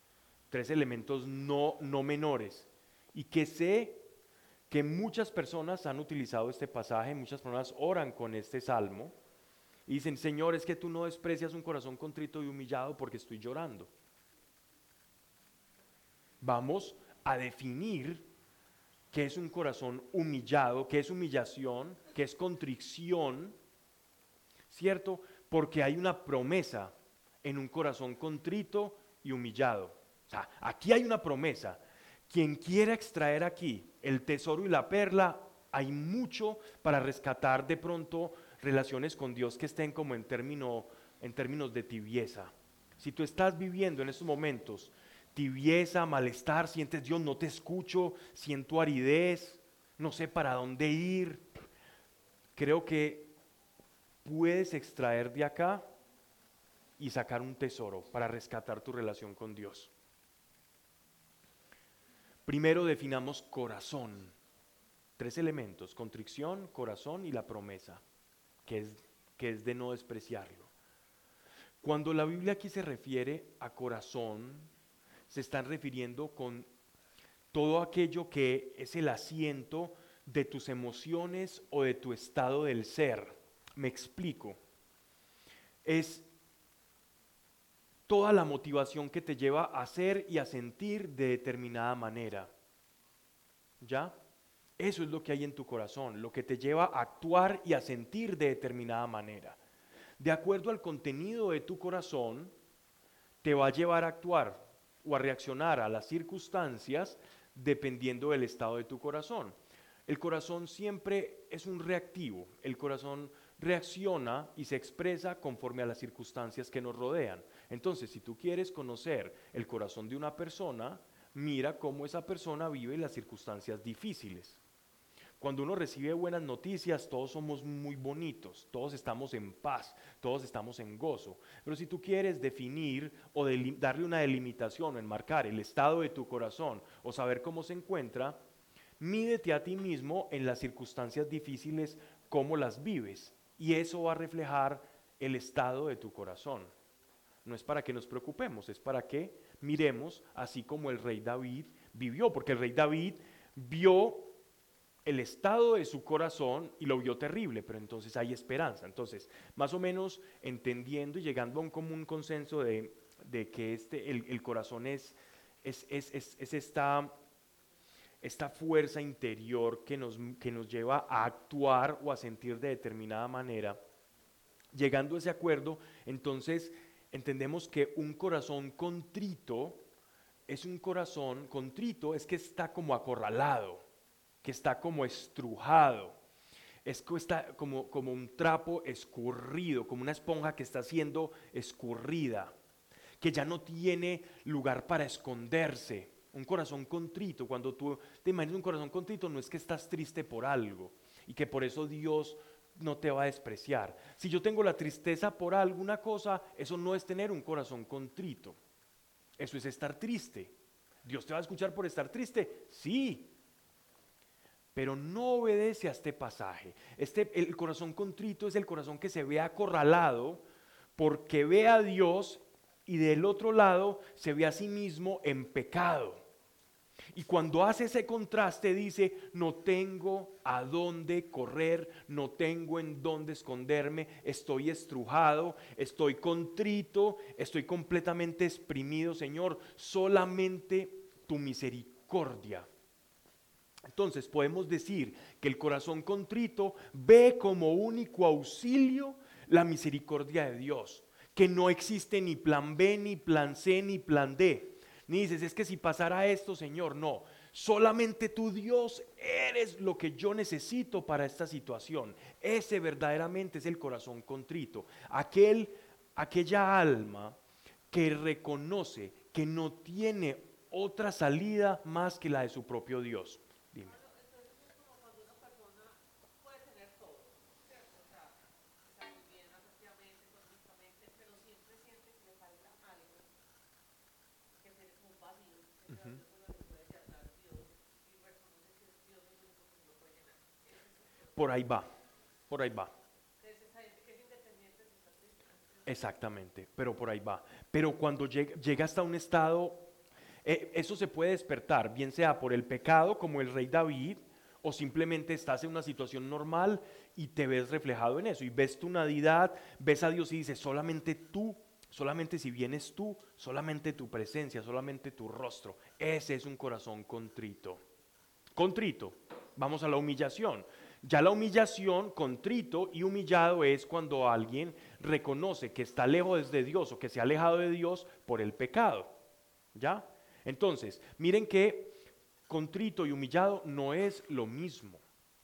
no menores, y que sé que muchas personas han utilizado este pasaje, muchas personas oran con este salmo, y dicen, Señor, es que tú no desprecias un corazón contrito y humillado porque estoy llorando. Vamos a definir qué es un corazón humillado, qué es humillación, qué es contrición, ¿cierto? Porque hay una promesa en un corazón contrito y humillado. O sea, aquí hay una promesa. Quien quiera extraer aquí el tesoro y la perla, hay mucho para rescatar de pronto relaciones con Dios que estén como en términos de tibieza. Si tú estás viviendo en estos momentos tibieza, malestar, sientes Dios, no te escucho, siento aridez, no sé para dónde ir, creo que puedes extraer de acá y sacar un tesoro para rescatar tu relación con Dios. Primero definamos corazón. 3 elementos: contrición, corazón y la promesa, que es de no despreciarlo. Cuando la Biblia aquí se refiere a corazón, se están refiriendo con todo aquello que es el asiento de tus emociones o de tu estado del ser. Me explico. Es toda la motivación que te lleva a hacer y a sentir de determinada manera. ¿Ya? Eso es lo que hay en tu corazón, lo que te lleva a actuar y a sentir de determinada manera. De acuerdo al contenido de tu corazón, te va a llevar a actuar o a reaccionar a las circunstancias dependiendo del estado de tu corazón. El corazón siempre es un reactivo, el corazón reacciona y se expresa conforme a las circunstancias que nos rodean. Entonces, si tú quieres conocer el corazón de una persona, mira cómo esa persona vive las circunstancias difíciles. Cuando uno recibe buenas noticias, todos somos muy bonitos, todos estamos en paz, todos estamos en gozo. Pero si tú quieres definir o darle una delimitación o enmarcar el estado de tu corazón o saber cómo se encuentra, mídete a ti mismo en las circunstancias difíciles, cómo las vives. Y eso va a reflejar el estado de tu corazón. No es para que nos preocupemos, es para que miremos así como el rey David vivió, porque el rey David vio el estado de su corazón y lo vio terrible, pero entonces hay esperanza. Entonces, más o menos entendiendo y llegando a un común consenso de que el corazón es esta fuerza interior que nos lleva a actuar o a sentir de determinada manera. Llegando a ese acuerdo, entonces entendemos que un corazón contrito es que está como acorralado, que está como estrujado, es que está como un trapo escurrido, como una esponja que está siendo escurrida, que ya no tiene lugar para esconderse. Un corazón contrito, cuando tú te imaginas un corazón contrito, no es que estás triste por algo y que por eso Dios no te va a despreciar. Si yo tengo la tristeza por alguna cosa, eso no es tener un corazón contrito. Eso es estar triste. ¿Dios te va a escuchar por estar triste? Sí. Pero no obedece a este pasaje. El corazón contrito es el corazón que se ve acorralado porque ve a Dios y del otro lado se ve a sí mismo en pecado. Y cuando hace ese contraste dice, no tengo a dónde correr, no tengo en dónde esconderme, estoy estrujado, estoy contrito, estoy completamente exprimido, Señor, solamente tu misericordia. Entonces podemos decir que el corazón contrito ve como único auxilio la misericordia de Dios, que no existe ni plan B, ni plan C, ni plan D. Ni dices, es que si pasara esto, Señor, no. Solamente tú, Dios, eres lo que yo necesito para esta situación. Ese verdaderamente es el corazón contrito. Aquella alma que reconoce que no tiene otra salida más que la de su propio Dios. Dime. Entonces es como cuando una persona puede tener todo, ¿cierto? O sea, está muy bien afectivamente, económicamente, pero siempre siente que le falta algo, que tiene como un vacío, que de alguna forma le puede llenar Dios y reconoce que es Dios el único que se lo puede llenar. Ese es el corazón. Por ahí va, por ahí va. Entonces esa gente que es independiente de sus triste. Exactamente, pero por ahí va. Pero cuando llega hasta un estado, eso se puede despertar, bien sea por el pecado, como el rey David, o simplemente estás en una situación normal y te ves reflejado en eso. Y ves tu nadidad, ves a Dios y dices, solamente tú, solamente si vienes tú, solamente tu presencia, solamente tu rostro. Ese es un corazón contrito. Contrito, vamos a la humillación. Ya la humillación, contrito y humillado es cuando alguien reconoce que está lejos de Dios o que se ha alejado de Dios por el pecado. ¿Ya? Entonces, miren que contrito y humillado no es lo mismo.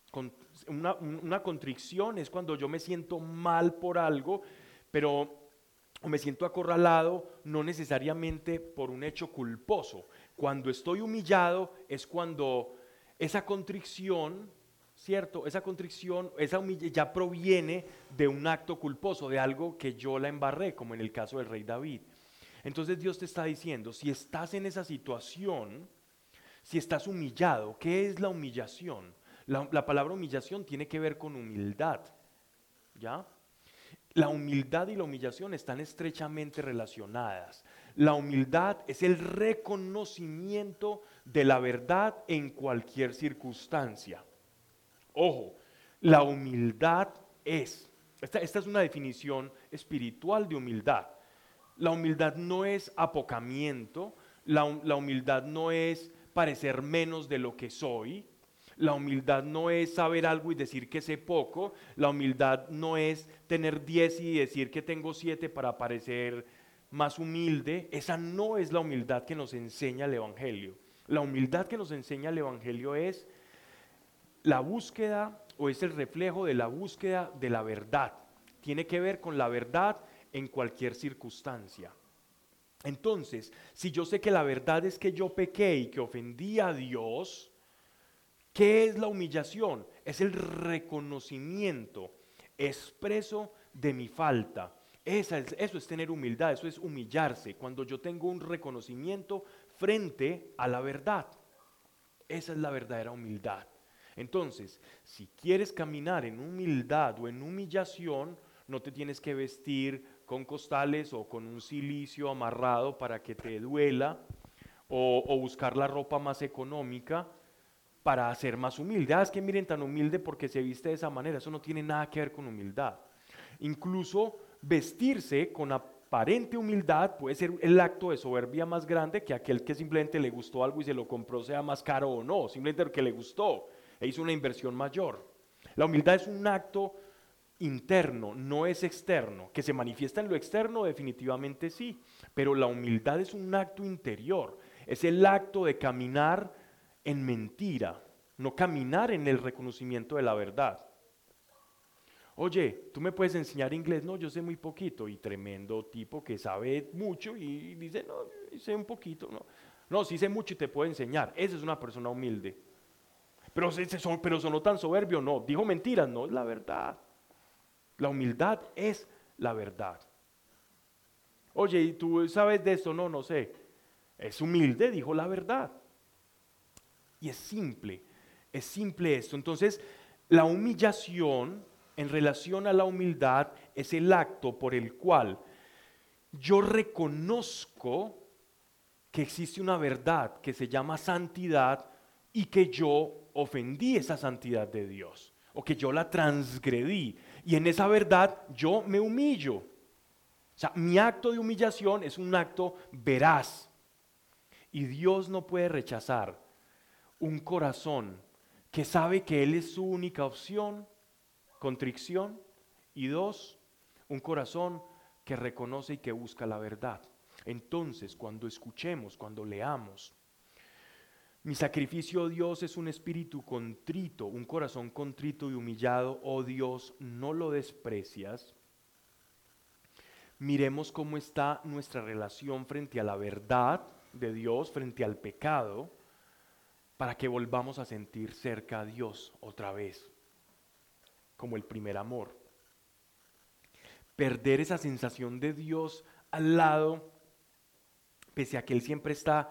Una contrición es cuando yo me siento mal por algo, pero o me siento acorralado, no necesariamente por un hecho culposo. Cuando estoy humillado es cuando esa contrición, ¿cierto? Esa contrición, ya proviene de un acto culposo, de algo que yo la embarré, como en el caso del rey David. Entonces Dios te está diciendo, si estás en esa situación, si estás humillado, ¿qué es la humillación? La palabra humillación tiene que ver con humildad, ¿ya? La humildad y la humillación están estrechamente relacionadas. La humildad es el reconocimiento de la verdad en cualquier circunstancia. Ojo, la humildad esta es una definición espiritual de humildad. La humildad no es apocamiento, la humildad no es parecer menos de lo que soy, la humildad no es saber algo y decir que sé poco, la humildad no es tener 10 y decir que tengo 7 para parecer más humilde. Esa no es la humildad que nos enseña el Evangelio. La humildad que nos enseña el Evangelio es la búsqueda o es el reflejo de la búsqueda de la verdad. Tiene que ver con la verdad en cualquier circunstancia. Entonces, si yo sé que la verdad es que yo pequé y que ofendí a Dios, ¿Qué es la humillación? Es el reconocimiento expreso de mi falta. Eso es tener humildad, eso es humillarse, cuando yo tengo un reconocimiento frente a la verdad. Esa es la verdadera humildad. Entonces, si quieres caminar en humildad o en humillación, no te tienes que vestir con costales o con un cilicio amarrado para que te duela, o buscar la ropa más económica para ser más humilde. Es que miren tan humilde porque se viste de esa manera. Eso no tiene nada que ver con humildad. Incluso vestirse con aparente humildad puede ser el acto de soberbia más grande que aquel que simplemente le gustó algo y se lo compró, sea más caro o no, simplemente porque le gustó e hizo una inversión mayor. La humildad es un acto interno, no es externo. Que se manifiesta en lo externo, definitivamente sí, pero la humildad es un acto interior, es el acto de caminar en mentira, no caminar en el reconocimiento de la verdad. Oye, ¿tú me puedes enseñar inglés? No, yo sé muy poquito. Y tremendo tipo que sabe mucho y dice, no, sé un poquito. No, no, sí sé mucho y te puedo enseñar. Esa es una persona humilde. Pero sonó tan soberbio, no. Dijo mentiras, no es la verdad. La humildad es la verdad. Oye, ¿y tú sabes de esto? No, no sé. Es humilde, dijo la verdad. Y es simple esto. Entonces, la humillación en relación a la humildad es el acto por el cual yo reconozco que existe una verdad que se llama santidad y que yo ofendí esa santidad de Dios o que yo la transgredí, y en esa verdad yo me humillo. O sea, mi acto de humillación es un acto veraz, y Dios no puede rechazar un corazón que sabe que Él es su única opción, contrición, y dos, un corazón que reconoce y que busca la verdad. Entonces, cuando escuchemos, cuando leamos, mi sacrificio, oh Dios, es un espíritu contrito, un corazón contrito y humillado, oh Dios, no lo desprecias. Miremos cómo está nuestra relación frente a la verdad de Dios, frente al pecado, para que volvamos a sentir cerca a Dios otra vez, como el primer amor. Perder esa sensación de Dios al lado, pese a que Él siempre está,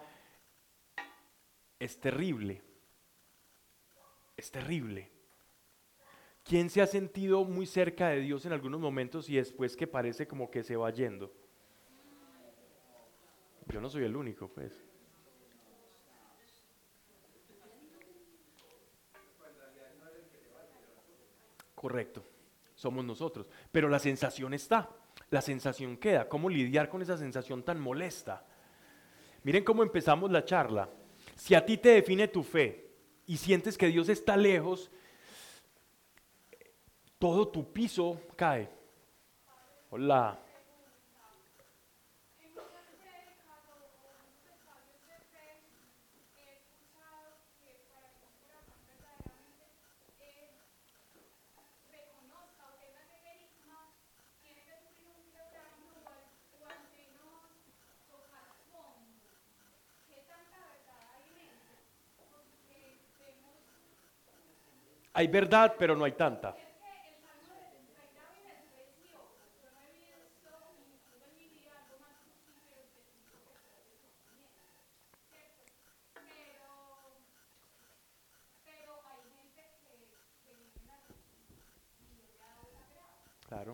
es terrible, es terrible. ¿Quién se ha sentido muy cerca de Dios en algunos momentos y después que parece como que se va yendo? Yo no soy el único, pues. Correcto, somos nosotros. Pero la sensación está, la sensación queda. ¿Cómo lidiar con esa sensación tan molesta? Miren cómo empezamos la charla. Si a ti te define tu fe y sientes que Dios está lejos, todo tu piso cae. Hola. Hay verdad, pero no hay tanta. Claro.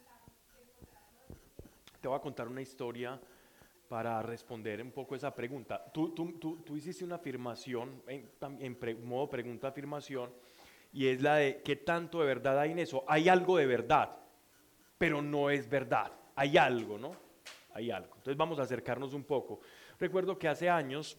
Te voy a contar una historia para responder un poco esa pregunta. Tú hiciste una afirmación modo pregunta-afirmación, y es la de qué tanto de verdad hay en eso. Hay algo de verdad, pero no es verdad. Hay algo, ¿no? Hay algo. Entonces vamos a acercarnos un poco. Recuerdo que hace años,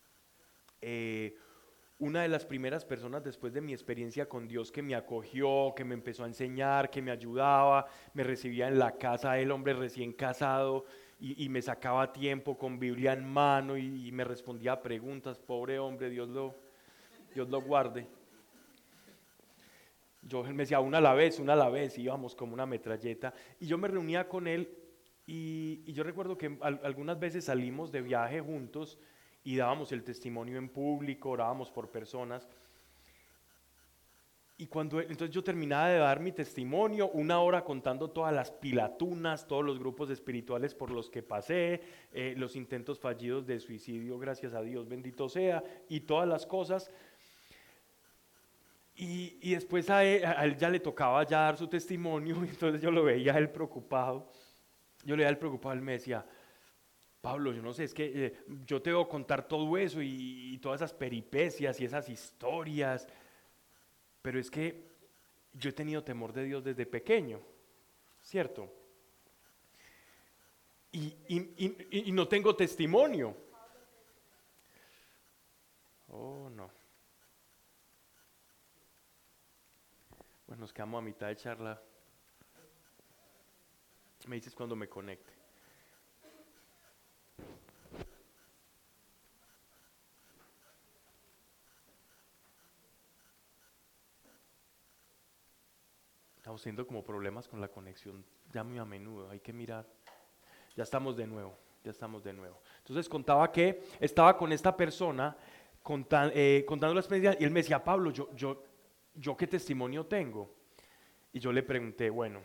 una de las primeras personas después de mi experiencia con Dios que me acogió, que me empezó a enseñar, que me ayudaba, me recibía en la casa, el hombre recién casado, y me sacaba tiempo con Biblia en mano y me respondía a preguntas. Pobre hombre, Dios lo guarde. Yo me decía una a la vez, íbamos como una metralleta, y yo me reunía con él, y yo recuerdo que algunas veces salimos de viaje juntos y dábamos el testimonio en público, orábamos por personas, Y cuando entonces yo terminaba de dar mi testimonio, 1 hora contando todas las pilatunas, todos los grupos espirituales por los que pasé, los intentos fallidos de suicidio, gracias a Dios, bendito sea, y todas las cosas. Y después a él ya le tocaba ya dar su testimonio, y entonces yo lo veía a él preocupado. Yo le veía a él preocupado, él me decía, Pablo, yo no sé, es que yo te debo contar todo eso y todas esas peripecias y esas historias, pero es que yo he tenido temor de Dios desde pequeño, ¿cierto? Y no tengo testimonio. Oh, no. Bueno, nos quedamos a mitad de charla. Me dices cuando me conecte. Estamos teniendo como problemas con la conexión ya muy a menudo, hay que mirar. Ya estamos de nuevo, ya estamos de nuevo. Entonces contaba que estaba con esta persona contando la experiencia y él me decía, Pablo, yo qué testimonio tengo. Y yo le pregunté, bueno,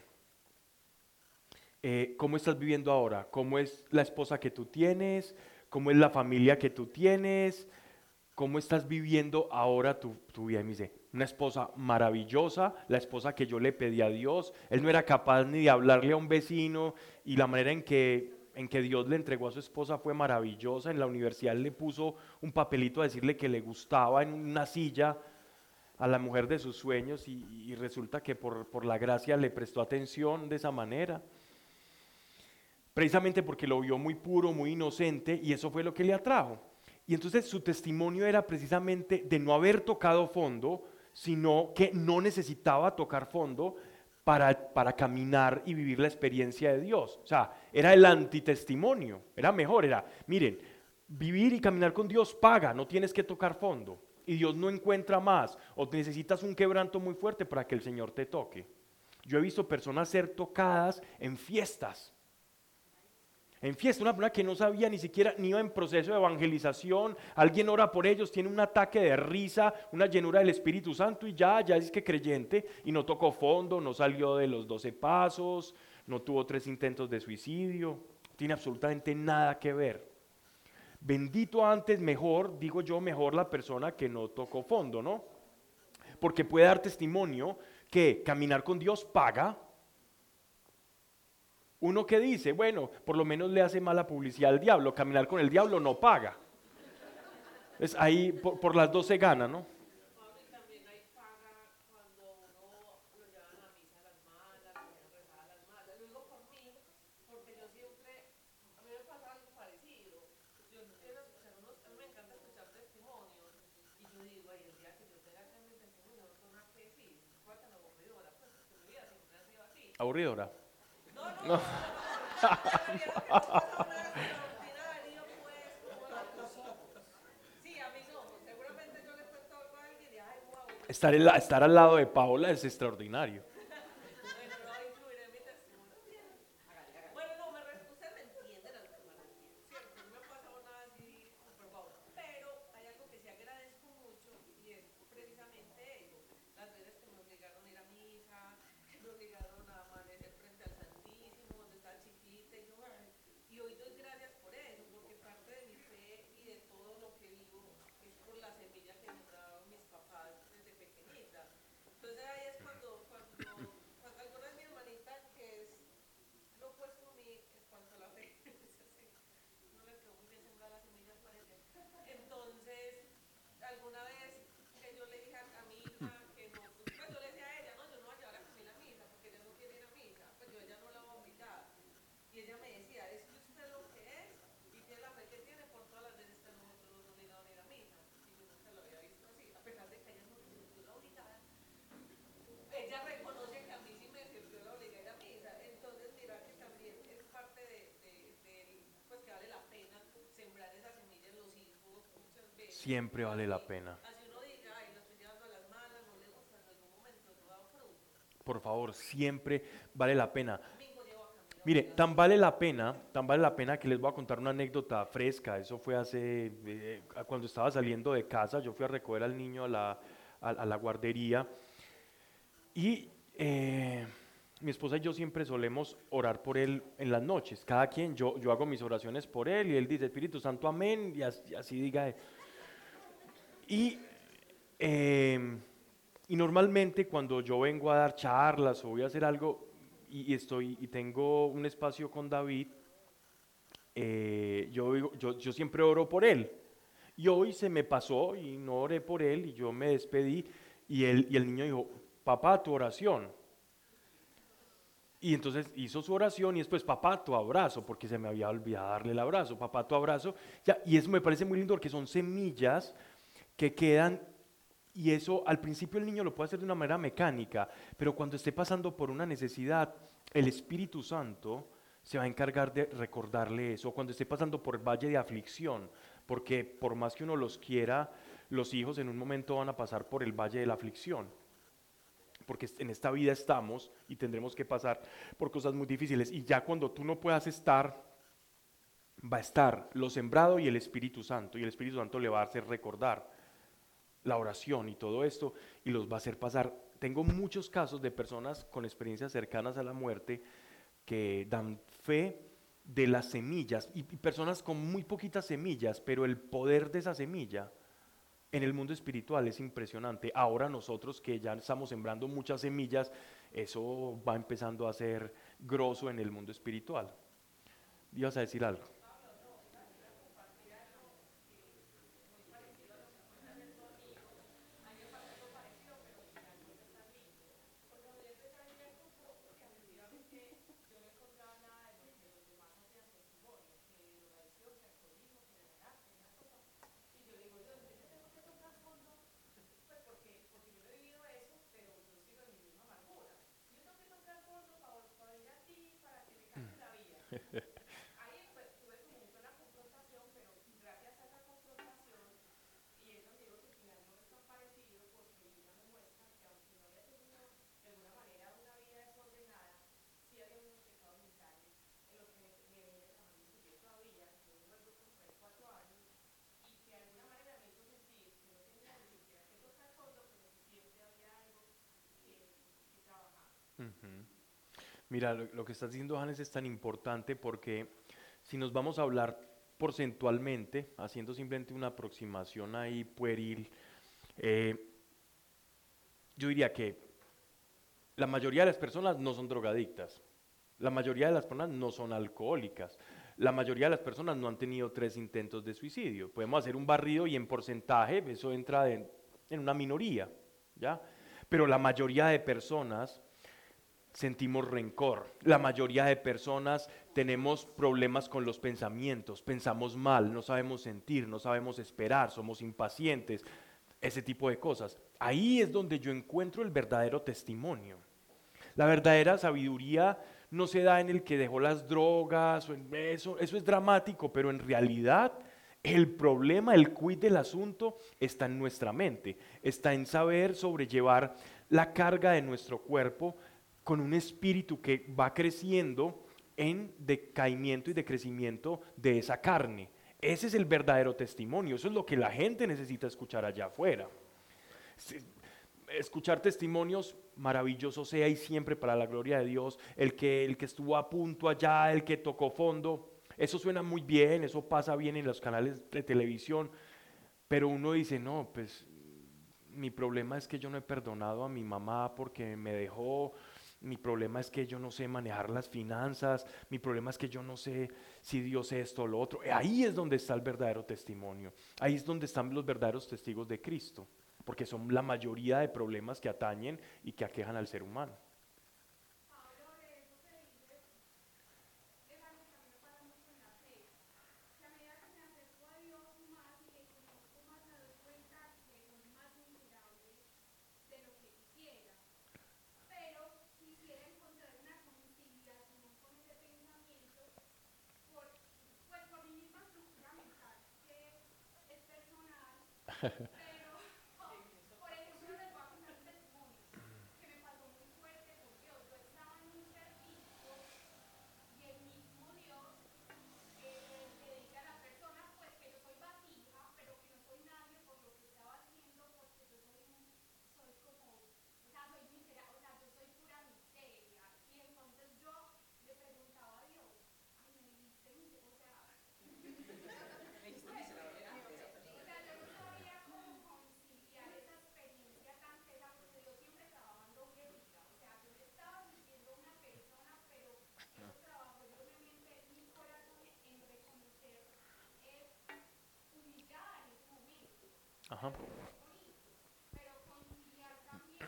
¿cómo estás viviendo ahora? ¿Cómo es la esposa que tú tienes? ¿Cómo es la familia que tú tienes? ¿Cómo estás viviendo ahora tu vida? Y me dice, una esposa maravillosa, la esposa que yo le pedí a Dios. Él no era capaz ni de hablarle a un vecino y la manera en que Dios le entregó a su esposa fue maravillosa. En la universidad le puso un papelito a decirle que le gustaba en una silla a la mujer de sus sueños y resulta que por la gracia le prestó atención de esa manera. Precisamente porque lo vio muy puro, muy inocente y eso fue lo que le atrajo. Y entonces su testimonio era precisamente de no haber tocado fondo, sino que no necesitaba tocar fondo para caminar y vivir la experiencia de Dios. O sea, era el antitestimonio, era mejor, era, miren, vivir y caminar con Dios paga, no tienes que tocar fondo. Y Dios no encuentra más, o necesitas un quebranto muy fuerte para que el Señor te toque. Yo he visto personas ser tocadas en fiestas. En fiesta, una persona que no sabía ni siquiera, ni iba en proceso de evangelización, alguien ora por ellos, tiene un ataque de risa, una llenura del Espíritu Santo y ya es que creyente y no tocó fondo, no salió de los 12 pasos, no tuvo 3 intentos de suicidio, tiene absolutamente nada que ver. Bendito antes, mejor, digo yo, mejor la persona que no tocó fondo, ¿no? Porque puede dar testimonio que caminar con Dios paga. Uno que dice, bueno, por lo menos le hace mala publicidad al diablo, caminar con el diablo no paga. Es ahí por las dos se gana, ¿no? Pablo, y también hay paga cuando uno lo llevan a misa a las malas, lo dejan rezar a las malas. Lo digo por mí, porque yo siempre, a mí me pasa algo parecido. Yo empiezo a escuchar a mí me encanta escuchar testimonios, y yo digo, ay, el día que yo tenga que mi testimonio, no tengo nada que decir. Fue tan aburridora, pues, porque mi vida siempre ha sido así. Aburridora. No, no, no, extraordinario, extraordinario, pues, como a tus ojos. Sí, a mis ojos. Seguramente yo le cuento algo a alguien y, ay, wow. Estar al lado de Paola es extraordinario. Bueno, no incluiré mi testimonio. Bueno, no, ustedes me entienden a lo que me refiero, ¿cierto? No me ha pasado nada así súper guau. Pero hay algo que sí agradezco mucho y es precisamente eso. Las veces que me obligaron a ir a misa, que me obligaron a amanecer frente al Santísimo, cuando estaba chiquita, y yo, ay, y hoy doy gracias por eso, porque parte de mi fe y de todo lo que vivo es por la semilla que me daban mis papás desde pequeñita. Entonces ahí es cuando alguna vez mi hermanita, que es lo opuesto a mí en cuanto a la fe, es así, no le quedó muy bien sembrar las semillas, parece. Entonces, alguna vez que yo le dije a mi hija que no, pues yo le decía a ella, no, yo no voy a llevar a Camila a misa, porque ella no quiere ir a misa, pues yo a ella no la voy a obligar. Y ella me decía, es que usted lo que es, y tiene la fe que tiene por todas las veces que nosotros nos obligaron a ir a misa. Y yo nunca lo había visto así, a pesar de que ella no se sintió la obligada, ella reconoce que a mí sí me sirvió la obligar a misa. Entonces, mira que también es parte pues que vale la pena sembrar esa semilla en los hijos muchas veces. Siempre vale la pena. Así uno diga, ay, lo estoy llevando a las malas, no le gusta, en algún momento no da fruto. Por favor, siempre vale la pena. Domingo llevo a Camila a Mire, misa. tan vale la pena que les voy a contar una anécdota fresca. Eso fue cuando estaba saliendo de casa, yo fui a recoger al niño a la guardería Y mi esposa y yo siempre solemos orar por él en las noches. Cada quien, yo hago mis oraciones por él y él dice, Espíritu Santo, amén, y así diga él. Y, eh, y normalmente cuando yo vengo a dar charlas o voy a hacer algo y tengo un espacio con David, yo siempre oro por él. Y hoy se me pasó y no oré por él y yo me despedí y el niño dijo, papá, tu oración. Y entonces hizo su oración y después, papá, tu abrazo, porque se me había olvidado darle el abrazo, papá, tu abrazo. Ya, y eso me parece muy lindo porque son semillas que quedan y eso al principio el niño lo puede hacer de una manera mecánica, pero cuando esté pasando por una necesidad, el Espíritu Santo se va a encargar de recordarle eso. Cuando esté pasando por el valle de aflicción, porque por más que uno los quiera, los hijos en un momento van a pasar por el valle de la aflicción porque en esta vida estamos y tendremos que pasar por cosas muy difíciles. Y ya cuando tú no puedas estar, va a estar lo sembrado y el Espíritu Santo. Y el Espíritu Santo le va a hacer recordar la oración y todo esto y los va a hacer pasar. Tengo muchos casos de personas con experiencias cercanas a la muerte que dan fe de las semillas y personas con muy poquitas semillas, pero el poder de esa semilla en el mundo espiritual es impresionante. Ahora nosotros que ya estamos sembrando muchas semillas, eso va empezando a ser grosso en el mundo espiritual. ¿Ibas a decir algo? Ujú. Mira, lo que estás diciendo, Hannes, es tan importante porque si nos vamos a hablar porcentualmente, haciendo simplemente una aproximación ahí pueril, eh, yo diría que la mayoría de las personas no son drogadictas, la mayoría de las personas no son alcohólicas, la mayoría de las personas no han tenido 3 intentos de suicidio. Podemos hacer un barrido y en porcentaje eso entra en una minoría, ¿ya? Pero la mayoría de personas sentimos rencor. La mayoría de personas tenemos problemas con los pensamientos, pensamos mal, no sabemos sentir, no sabemos esperar, somos impacientes, ese tipo de cosas. Ahí es donde yo encuentro el verdadero testimonio. La verdadera sabiduría no se da en el que dejó las drogas, eso es dramático, pero en realidad el problema, el quid del asunto está en nuestra mente, está en saber sobrellevar la carga de nuestro cuerpo con un espíritu que va creciendo en decaimiento y decrecimiento de esa carne. Ese es el verdadero testimonio, eso es lo que la gente necesita escuchar allá afuera. Escuchar testimonios, maravilloso sea y siempre para la gloria de Dios, el que estuvo a punto allá, el que tocó fondo, eso suena muy bien, eso pasa bien en los canales de televisión, pero uno dice, no, pues mi problema es que yo no he perdonado a mi mamá porque me dejó, mi problema es que yo no sé manejar las finanzas, mi problema es que yo no sé si Dios es esto o lo otro. Ahí es donde está el verdadero testimonio, ahí es donde están los verdaderos testigos de Cristo, porque son la mayoría de problemas que atañen y que aquejan al ser humano. Ajá. Pero conciliar también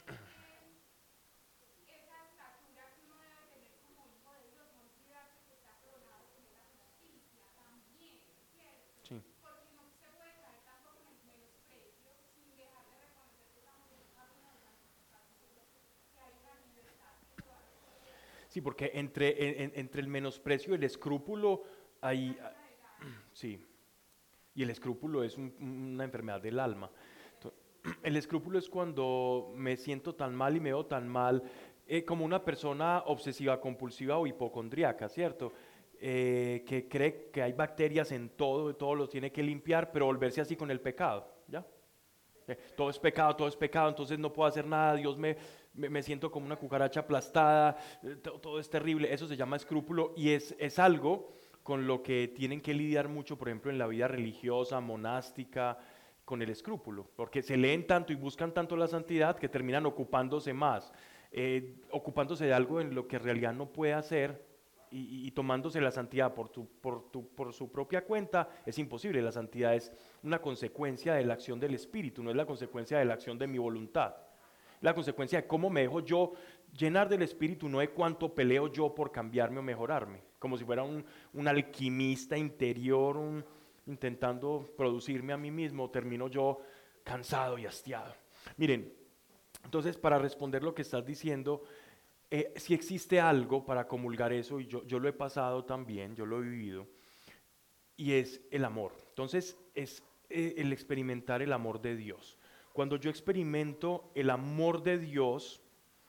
esa estatura que uno debe tener como hijo de Dios, no olvidarse que está coronado con esa justicia también, ¿cierto? Sí. Porque no se puede caer tampoco en el menosprecio sin dejar de reconocer que estamos en un camino de santificación, que hay una libertad que se va a recorrer, Sí, porque entre el menosprecio y el escrúpulo hay, hay una delgada. sí, y el escrúpulo es una enfermedad del alma. El escrúpulo es cuando me siento tan mal y me veo tan mal, como una persona obsesiva, compulsiva o hipocondríaca, ¿cierto? Que cree que hay bacterias en todo, y todo lo tiene que limpiar, pero volverse así con el pecado, ¿ya? Todo es pecado, entonces no puedo hacer nada, Dios me siento como una cucaracha aplastada, todo es terrible. Eso se llama escrúpulo y es algo con lo que tienen que lidiar mucho, por ejemplo, en la vida religiosa, monástica, con el escrúpulo, porque se leen tanto y buscan tanto la santidad que terminan ocupándose más, ocupándose de algo en lo que en realidad no puede hacer y tomándose la santidad por su propia cuenta. Es imposible. La santidad es una consecuencia de la acción del Espíritu, no es la consecuencia de la acción de mi voluntad. La consecuencia de cómo me dejo yo llenar del Espíritu, no de cuánto peleo yo por cambiarme o mejorarme, como si fuera un alquimista interior, intentando producirme a mí mismo, termino yo cansado y hastiado. Miren, entonces para responder lo que estás diciendo, si existe algo para comulgar eso, y yo lo he pasado también, yo lo he vivido, y es el amor. Entonces es el experimentar el amor de Dios. Cuando yo experimento el amor de Dios,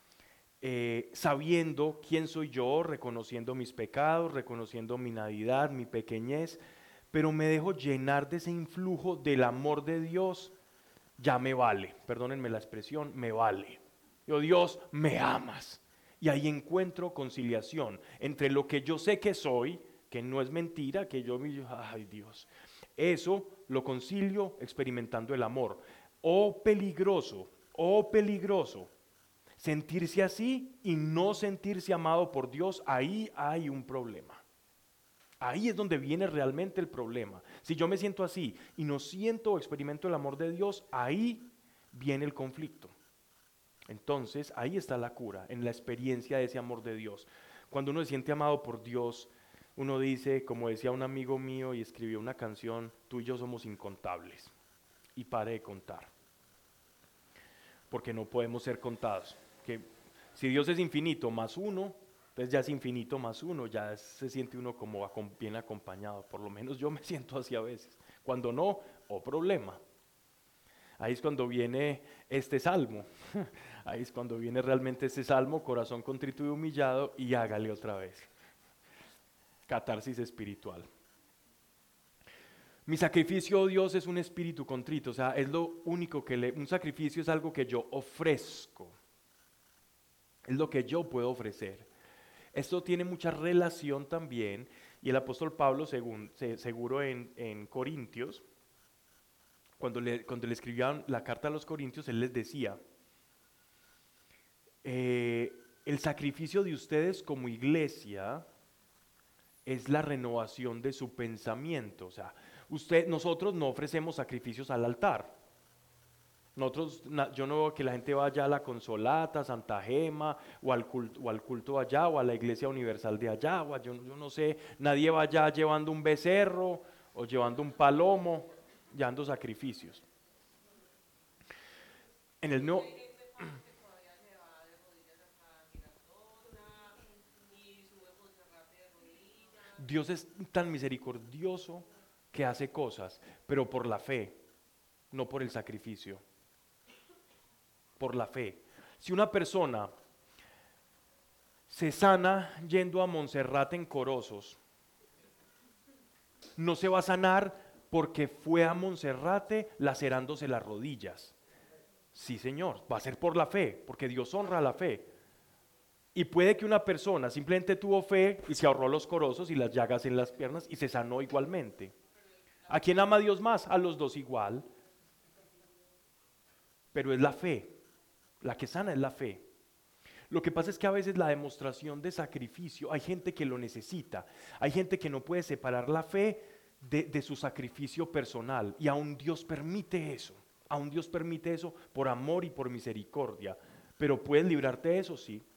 sabiendo quién soy yo, reconociendo mis pecados, reconociendo mi nadiedad, mi pequeñez, pero me dejo llenar de ese influjo del amor de Dios, ya me vale, perdónenme la expresión, me vale. Yo, Dios, me amas. Y ahí encuentro conciliación entre lo que yo sé que soy, que no es mentira, que yo, ay Dios, eso lo concilio experimentando el amor. Oh peligroso, sentirse así y no sentirse amado por Dios, ahí hay un problema. Ahí es donde viene realmente el problema. Si yo me siento así y no siento o experimento el amor de Dios, ahí viene el conflicto. Entonces, ahí está la cura, en la experiencia de ese amor de Dios. Cuando uno se siente amado por Dios, uno dice, como decía un amigo mío y escribió una canción, tú y yo somos incontables. Y pare de contar, porque no podemos ser contados. Que si Dios es infinito más uno, entonces ya es infinito más uno, ya se siente uno como bien acompañado. Por lo menos yo me siento así a veces. Cuando no, problema. Ahí es cuando viene este salmo. Ahí es cuando viene realmente este salmo, corazón contrito y humillado, y hágale otra vez. Catarsis espiritual. Mi sacrificio, oh Dios, es un espíritu contrito, o sea, es lo único un sacrificio es algo que yo ofrezco. Es lo que yo puedo ofrecer. Esto tiene mucha relación también, y el apóstol Pablo, seguro en Corintios, cuando le escribían la carta a los Corintios, él les decía, el sacrificio de ustedes como iglesia es la renovación de su pensamiento. O sea, nosotros no ofrecemos sacrificios al altar. Yo no veo que la gente vaya a la Consolata, Santa Gema, o al culto allá, o a la Iglesia Universal de allá, yo no sé, nadie va allá llevando un becerro, o llevando un palomo, llevando sacrificios. En el nuevo... Hay gente, Pablo, que todavía se va de rodillas acá a Mirasota y sube Monserrate de rodillas. Dios es tan misericordioso que hace cosas, pero por la fe, no por el sacrificio. Por la fe. Si una persona se sana yendo a Monserrate en Corozos, no se va a sanar porque fue a Monserrate lacerándose las rodillas. Sí, Señor, va a ser por la fe, porque Dios honra la fe. Y puede que una persona simplemente tuvo fe y se ahorró los corozos y las llagas en las piernas y se sanó igualmente. ¿A quién ama Dios más? A los dos igual. Pero es la fe. La que sana es la fe. Lo que pasa es que a veces la demostración de sacrificio, hay gente que lo necesita, hay gente que no puede separar la fe de su sacrificio personal, y aún Dios permite eso. Aún Dios permite eso por amor y por misericordia. Pero ¿puedes librarte de eso? Sí.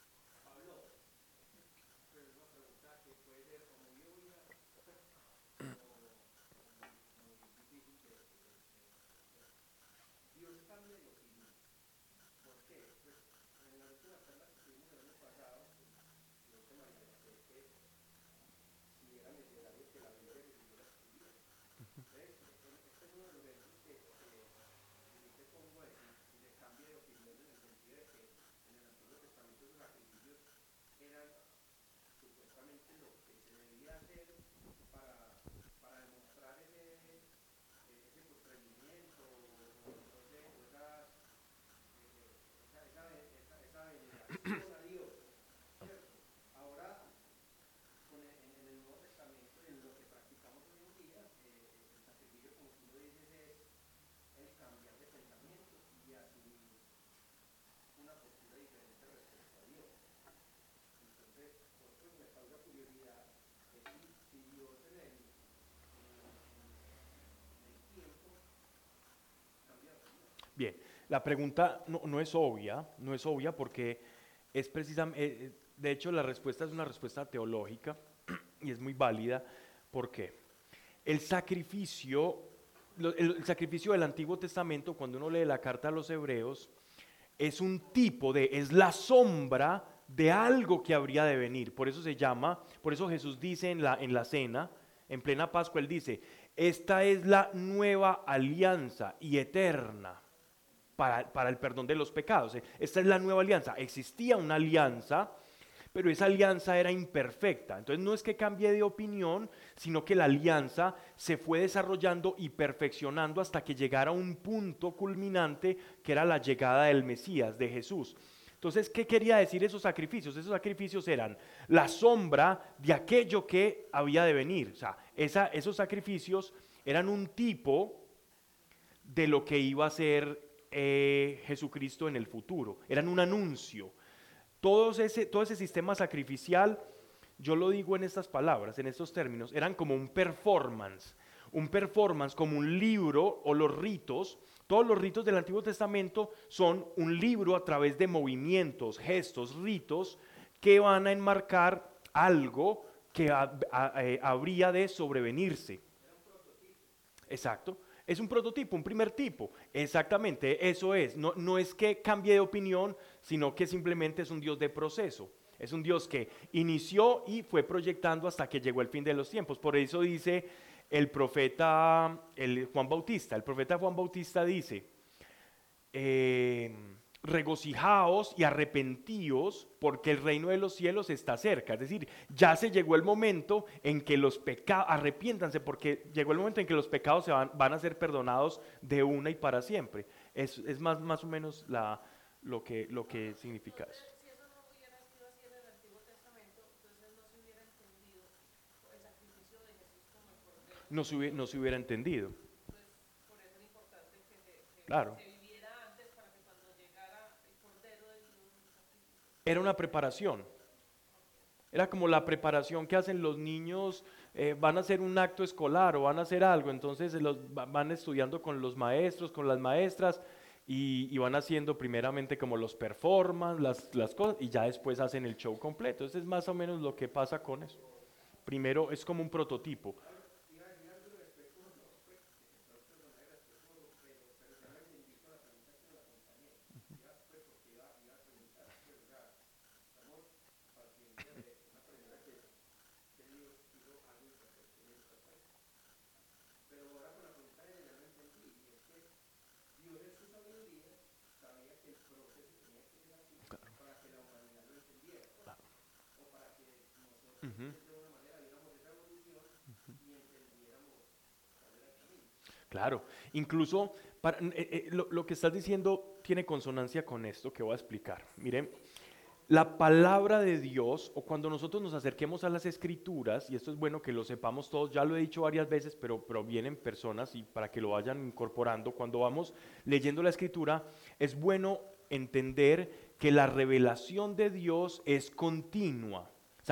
Bien, la pregunta no es obvia, no es obvia porque es precisamente, de hecho la respuesta es una respuesta teológica y es muy válida. ¿Por qué? El sacrificio, el sacrificio del Antiguo Testamento, cuando uno lee la carta a los Hebreos, es un tipo es la sombra de algo que habría de venir. Por eso se llama, por eso Jesús dice en la cena, en plena Pascua, Él dice, esta es la nueva alianza y eterna para el perdón de los pecados. Esta es la nueva alianza. Existía una alianza, pero esa alianza era imperfecta. Entonces no es que cambie de opinión, sino que la alianza se fue desarrollando y perfeccionando hasta que llegara a un punto culminante que era la llegada del Mesías, de Jesús. Entonces, ¿qué quería decir esos sacrificios? Esos sacrificios eran la sombra de aquello que había de venir. O sea, esos sacrificios eran un tipo de lo que iba a ser Jesucristo en el futuro. Eran un anuncio. Todo ese sistema sacrificial, yo lo digo en estas palabras, en estos términos, eran como un performance como un libro o los ritos. Todos los ritos del Antiguo Testamento son un libro a través de movimientos, gestos, ritos que van a enmarcar algo que habría de sobrevenirse. Exacto. Es un prototipo, un primer tipo. Exactamente, eso es. No es que cambie de opinión, sino que simplemente es un Dios de proceso. Es un Dios que inició y fue proyectando hasta que llegó el fin de los tiempos. Por eso dice el profeta Juan Bautista. El profeta Juan Bautista dice, regocijaos y arrepentíos porque el reino de los cielos está cerca. Es decir, ya se llegó el momento en que los pecados, arrepiéntanse porque llegó el momento en que los pecados van a ser perdonados de una y para siempre. Es más o menos lo que significa eso. Si eso no hubiera sido así en el Antiguo Testamento, entonces no se hubiera entendido el sacrificio de Jesús como el Cordero. No se hubiera entendido. Entonces, por eso era importante Claro. se viviera antes para que cuando llegara el Cordero de Dios, el sacrificio. Era una preparación. Era como la preparación que hacen los niños, van a hacer un acto escolar o van a hacer algo, entonces van estudiando con los maestros, con las maestras y van haciendo primeramente como los performances, las cosas y ya después hacen el show completo. Eso es más o menos lo que pasa con eso. Primero es como un prototipo. Ujú. Claro, incluso lo que estás diciendo tiene consonancia con esto que voy a explicar. Miren, la palabra de Dios, o cuando nosotros nos acerquemos a las escrituras, y esto es bueno que lo sepamos todos, ya lo he dicho varias veces, pero vienen personas y para que lo vayan incorporando, cuando vamos leyendo la escritura, es bueno entender que la revelación de Dios es continua. O sea,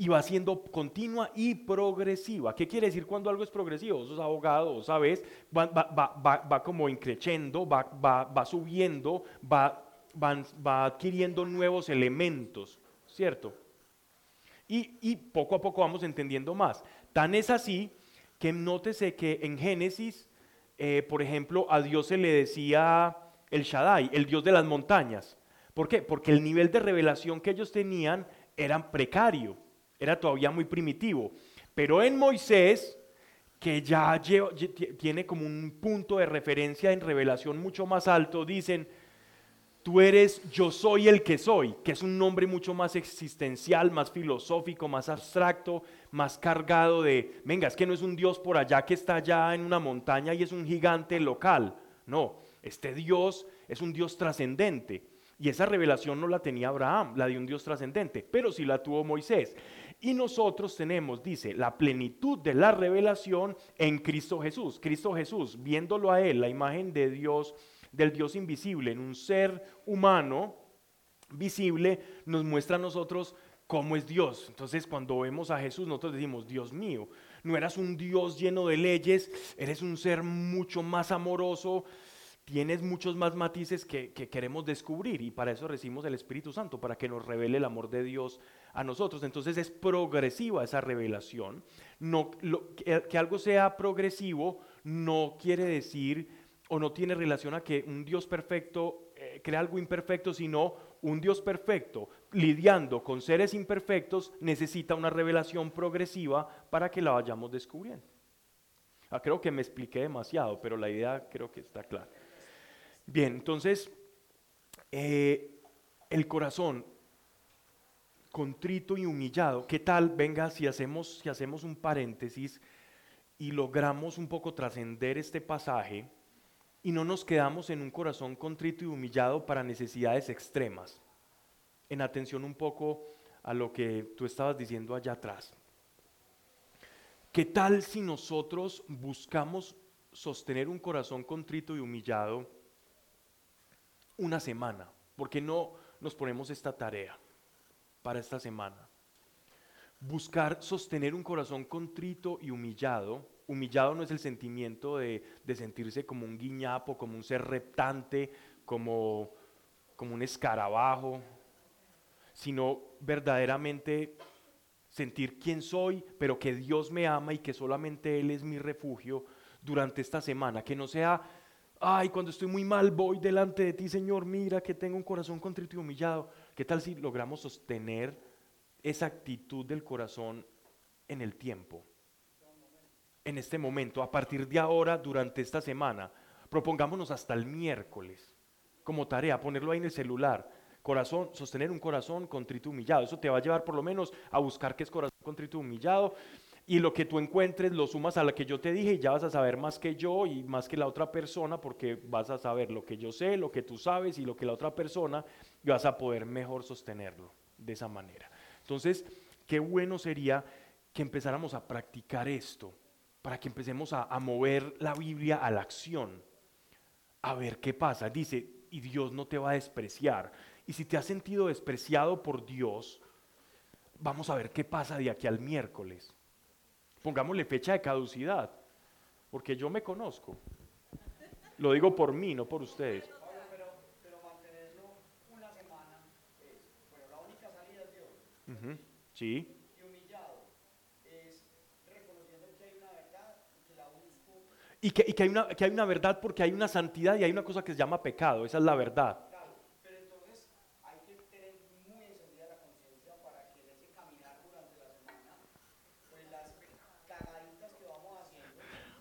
y va siendo continua y progresiva. ¿Qué quiere decir cuando algo es progresivo? Vos sos abogado, vos sabés, va como increciendo, va subiendo, va adquiriendo nuevos elementos, ¿cierto? Y poco a poco vamos entendiendo más. Tan es así que nótese que en Génesis, por ejemplo, a Dios se le decía el Shaddai, el Dios de las montañas. ¿Por qué? Porque el nivel de revelación que ellos tenían era precario, era todavía muy primitivo. Pero en Moisés, que ya tiene como un punto de referencia en revelación mucho más alto, dicen: tú eres yo soy el que soy, que es un nombre mucho más existencial, más filosófico, más abstracto, más cargado de, venga, es que no es un Dios por allá que está allá en una montaña y es un gigante local. No, este Dios es un Dios trascendente. Y esa revelación no la tenía Abraham, la de un Dios trascendente, pero sí la tuvo Moisés. Y nosotros tenemos, dice, la plenitud de la revelación en Cristo Jesús. Cristo Jesús, viéndolo a Él, la imagen de Dios, del Dios invisible en un ser humano visible, nos muestra a nosotros cómo es Dios. Entonces, cuando vemos a Jesús, nosotros decimos: Dios mío, no eras un Dios lleno de leyes, eres un ser mucho más amoroso, tienes muchos más matices que queremos descubrir, y para eso recibimos el Espíritu Santo, para que nos revele el amor de Dios a nosotros. Entonces es progresiva esa revelación. No, que algo sea progresivo no quiere decir o no tiene relación a que un Dios perfecto crea algo imperfecto, sino un Dios perfecto lidiando con seres imperfectos necesita una revelación progresiva para que la vayamos descubriendo. Creo que me expliqué demasiado, pero la idea creo que está clara. Bien, entonces, el corazón contrito y humillado, ¿qué tal? Venga, si hacemos un paréntesis y logramos un poco trascender este pasaje y no nos quedamos en un corazón contrito y humillado para necesidades extremas. En atención un poco a lo que tú estabas diciendo allá atrás. ¿Qué tal si nosotros buscamos sostener un corazón contrito y humillado una semana? ¿Por qué no nos ponemos esta tarea para esta semana? Buscar sostener un corazón contrito y humillado. Humillado no es el sentimiento de sentirse como un guiñapo, como un ser reptante, como un escarabajo, sino verdaderamente sentir quién soy, pero que Dios me ama y que solamente Él es mi refugio durante esta semana. Que no sea: ay, cuando estoy muy mal voy delante de ti, Señor, mira que tengo un corazón contrito y humillado. ¿Qué tal si logramos sostener esa actitud del corazón en el tiempo? En este momento, a partir de ahora, durante esta semana, propongámonos hasta el miércoles, como tarea, ponerlo ahí en el celular. Sostener un corazón contrito y humillado. Eso te va a llevar por lo menos a buscar qué es corazón contrito y humillado. Y lo que tú encuentres lo sumas a lo que yo te dije y ya vas a saber más que yo y más que la otra persona, porque vas a saber lo que yo sé, lo que tú sabes y lo que la otra persona, y vas a poder mejor sostenerlo de esa manera. Entonces, qué bueno sería que empezáramos a practicar esto, para que empecemos a mover la Biblia a la acción, a ver qué pasa. Dice: y Dios no te va a despreciar. Y si te has sentido despreciado por Dios, vamos a ver qué pasa de aquí al miércoles. Pongámosle fecha de caducidad, porque yo me conozco. Lo digo por mí, no por ustedes. Pero mantenerlo una semana es, bueno, la única salida es Dios. Sí. Y humillado es reconociendo que hay una verdad y que la busco. Y que hay una verdad, porque hay una santidad y hay una cosa que se llama pecado. Esa es la verdad. Claro, pero entonces hay que tener muy encendida la conciencia para que en ese caminar durante la semana, pues las cagaditas que vamos haciendo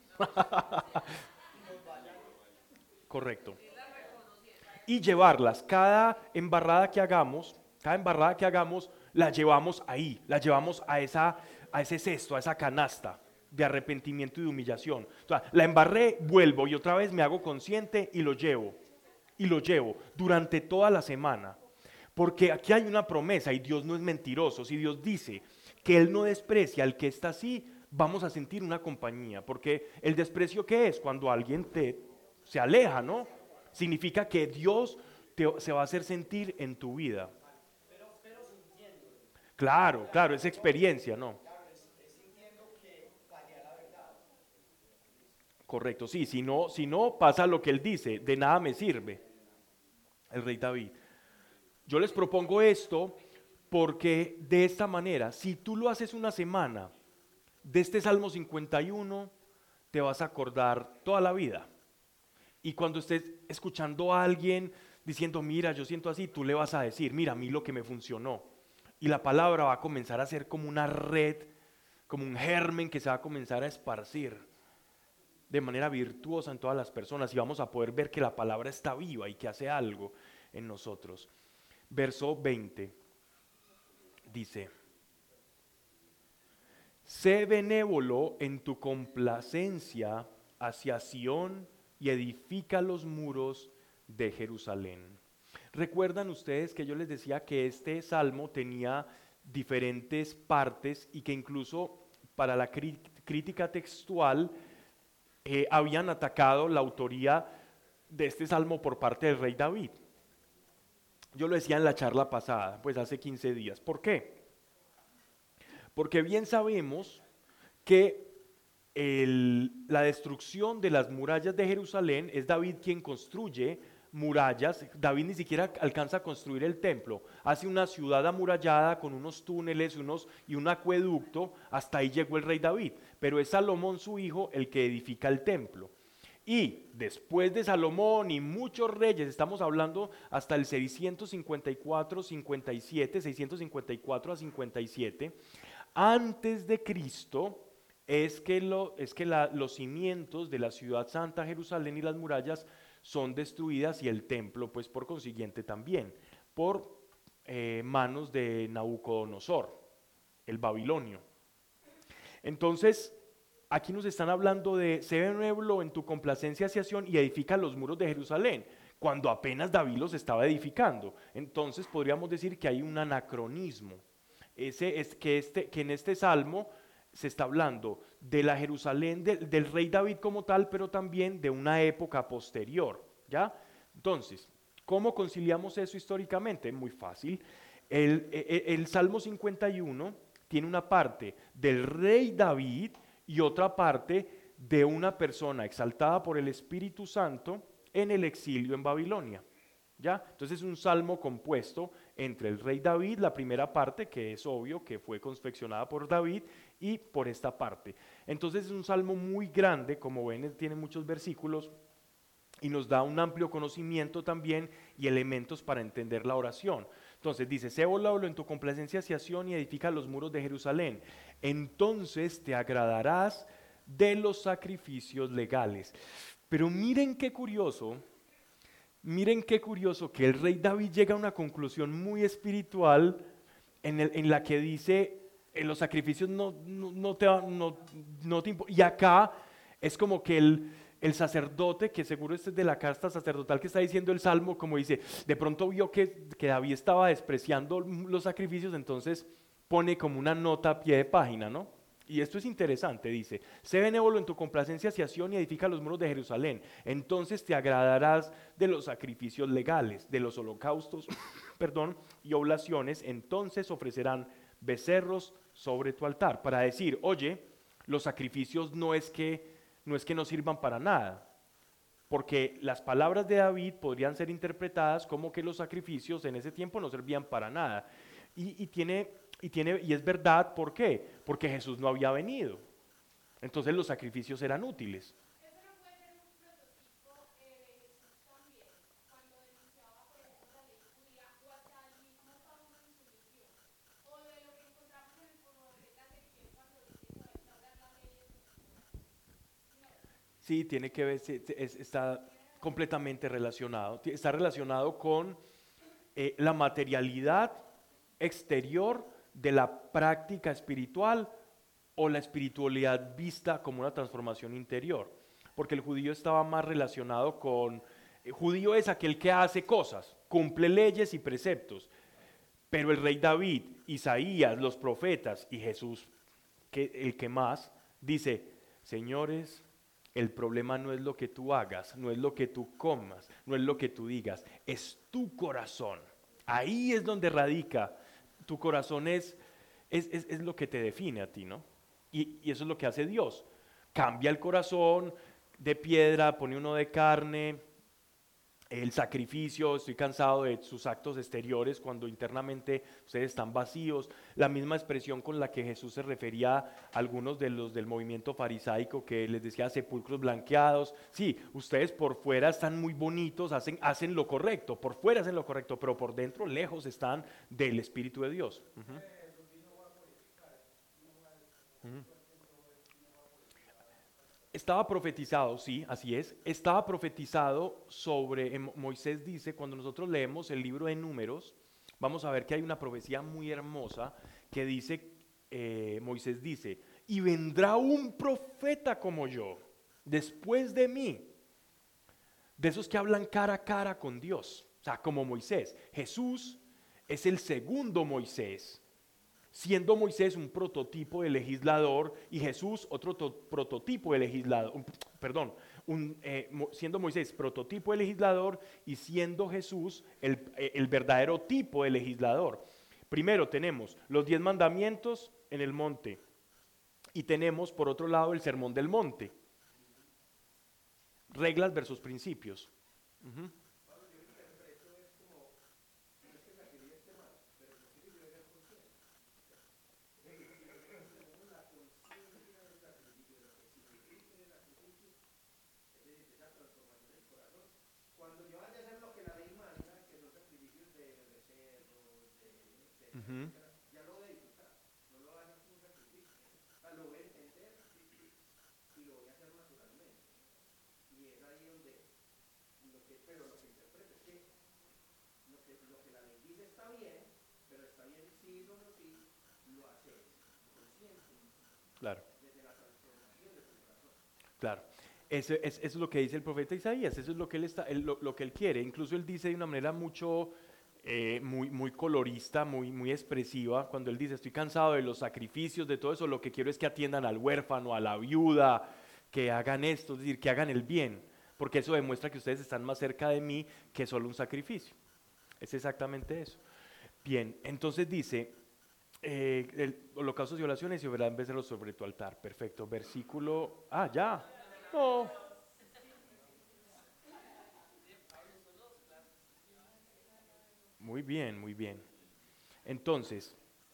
nos vayan. Correcto. Y llevarlas, cada embarrada que hagamos, la llevamos ahí, la llevamos a ese cesto, a esa canasta de arrepentimiento y de humillación. O sea, la embarré, vuelvo y otra vez me hago consciente y lo llevo durante toda la semana. Porque aquí hay una promesa y Dios no es mentiroso. Si Dios dice que Él no desprecia al que está así, vamos a sentir una compañía. Porque el desprecio, ¿qué es? Cuando alguien se aleja, ¿no? Significa que Dios se va a hacer sentir en tu vida. Pero sintiéndolo. Claro, claro, es experiencia, ¿no? Claro, es sintiendo que fallé a la verdad. Correcto, sí, si no pasa lo que él dice, de nada me sirve el rey David. Yo les propongo esto porque de esta manera, si tú lo haces una semana de este Salmo 51, te vas a acordar toda la vida. Y cuando estés escuchando a alguien diciendo, mira, yo siento así, tú le vas a decir, mira, a mí lo que me funcionó. Y la palabra va a comenzar a ser como una red, como un germen que se va a comenzar a esparcir de manera virtuosa en todas las personas y vamos a poder ver que la palabra está viva y que hace algo en nosotros. Verso 20 dice, sé benévolo en tu complacencia hacia Sión y edifica los muros de Jerusalén. ¿Recuerdan ustedes que yo les decía que este salmo tenía diferentes partes y que incluso para la crítica textual habían atacado la autoría de este salmo por parte del rey David? Yo lo decía en la charla pasada, pues hace 15 días. ¿Por qué? Porque bien sabemos que la destrucción de las murallas de Jerusalén es David quien construye murallas. David ni siquiera alcanza a construir el templo, hace una ciudad amurallada con unos túneles y un acueducto. Hasta ahí llegó el rey David, pero es Salomón su hijo el que edifica el templo. Y después de Salomón y muchos reyes, estamos hablando hasta el 654, 57, 654 a 57, antes de Cristo, es que los cimientos de la ciudad santa Jerusalén y las murallas son destruidas y el templo, pues por consiguiente también, por manos de Nabucodonosor, el babilonio. Entonces, aquí nos están hablando de, sé benévolo en tu complacencia hacia Sión y edifica los muros de Jerusalén, cuando apenas David los estaba edificando. Entonces podríamos decir que hay un anacronismo. Que en este salmo se está hablando de la Jerusalén del rey David como tal, pero también de una época posterior, ¿ya? Entonces, ¿cómo conciliamos eso históricamente? Muy fácil. El Salmo 51 tiene una parte del rey David y otra parte de una persona exaltada por el Espíritu Santo en el exilio en Babilonia, ¿ya? Entonces es un salmo compuesto entre el rey David, la primera parte, que es obvio que fue confeccionada por David, y por esta parte. Entonces es un salmo muy grande, como ven, tiene muchos versículos y nos da un amplio conocimiento también y elementos para entender la oración. Entonces dice, sé benévolo en tu complacencia hacia Sión y edifica los muros de Jerusalén. Entonces te agradarás de los sacrificios legales. Pero miren qué curioso que el rey David llega a una conclusión muy espiritual en la que dice, los sacrificios no te importan. Y acá es como que el sacerdote, que seguro este es de la casta sacerdotal que está diciendo el salmo, como dice, de pronto vio que David estaba despreciando los sacrificios, entonces pone como una nota a pie de página, ¿no? Y esto es interesante, dice, sé benévolo en tu complacencia hacia Sión y edifica los muros de Jerusalén. Entonces te agradarás de los sacrificios legales, de los holocaustos, perdón, y oblaciones. Entonces ofrecerán becerros sobre tu altar. Para decir, oye, los sacrificios no es que no sirvan para nada. Porque las palabras de David podrían ser interpretadas como que los sacrificios en ese tiempo no servían para nada. Y es verdad, ¿por qué? Porque Jesús no había venido. Entonces los sacrificios eran útiles. Eso no puede ser un prototipo de Jesús también, cuando denunciaba, por ejemplo, la ley judía o hasta el mismo Pablo en su misión, o de lo que encontramos en el profeta Ezequiel cuando dice no restaurar la ley de Sí, tiene que ver, está completamente relacionado. Está relacionado con la materialidad exterior de la práctica espiritual o la espiritualidad vista como una transformación interior. Porque el judío estaba más relacionado con... judío es aquel que hace cosas, cumple leyes y preceptos. Pero el rey David, Isaías, los profetas y Jesús, el que más, dice, señores, el problema no es lo que tú hagas, no es lo que tú comas, no es lo que tú digas, es tu corazón. Ahí es donde radica. Tu corazón es es lo que te define a ti, ¿no? Y eso es lo que hace Dios. Cambia el corazón de piedra, pone uno de carne, el sacrificio, estoy cansado de sus actos exteriores cuando internamente ustedes están vacíos. La misma expresión con la que Jesús se refería a algunos de los del movimiento farisaico que les decía sepulcros blanqueados. Sí, ustedes por fuera están muy bonitos, hacen lo correcto, por fuera hacen lo correcto, pero por dentro lejos están del Espíritu de Dios. Ujú. Ujú. Estaba profetizado, sí, así es. Estaba profetizado sobre, Moisés dice, cuando nosotros leemos el libro de Números, vamos a ver que hay una profecía muy hermosa que dice, Moisés dice, y vendrá un profeta como yo, después de mí, de esos que hablan cara a cara con Dios, o sea, como Moisés. Jesús es el segundo Moisés, siendo Moisés un prototipo de legislador y Jesús otro prototipo de legislador, perdón, siendo Moisés prototipo de legislador y siendo Jesús el verdadero tipo de legislador. Primero tenemos los 10 mandamientos en el monte y tenemos por otro lado el sermón del monte, reglas versus principios. Uh-huh. Cuando yo vaya a hacer lo que la ley manda, que son sacrificios de becerros, Uh-huh. etcétera, ya lo voy a disfrutar, no lo voy a hacer como un sacrificio. O sea, lo voy a entender y lo voy a hacer naturalmente. Y es ahí donde, pero lo que interpreto es que lo que la ley dice está bien, pero está bien sí o no sí, lo haces consciente. Claro. Desde la transformación de tu corazón. Claro. Eso es lo que dice el profeta Isaías, eso es lo que lo que él quiere. Incluso él dice de una manera muy colorista, muy expresiva, cuando él dice, estoy cansado de los sacrificios, de todo eso, lo que quiero es que atiendan al huérfano, a la viuda, que hagan esto, es decir, que hagan el bien, porque eso demuestra que ustedes están más cerca de mí que solo un sacrificio. Es exactamente eso. Bien, entonces dice, holocaustos y oraciones y verán becerros sobre tu altar. Perfecto, versículo, ya. No. Muy bien, muy bien. Entonces,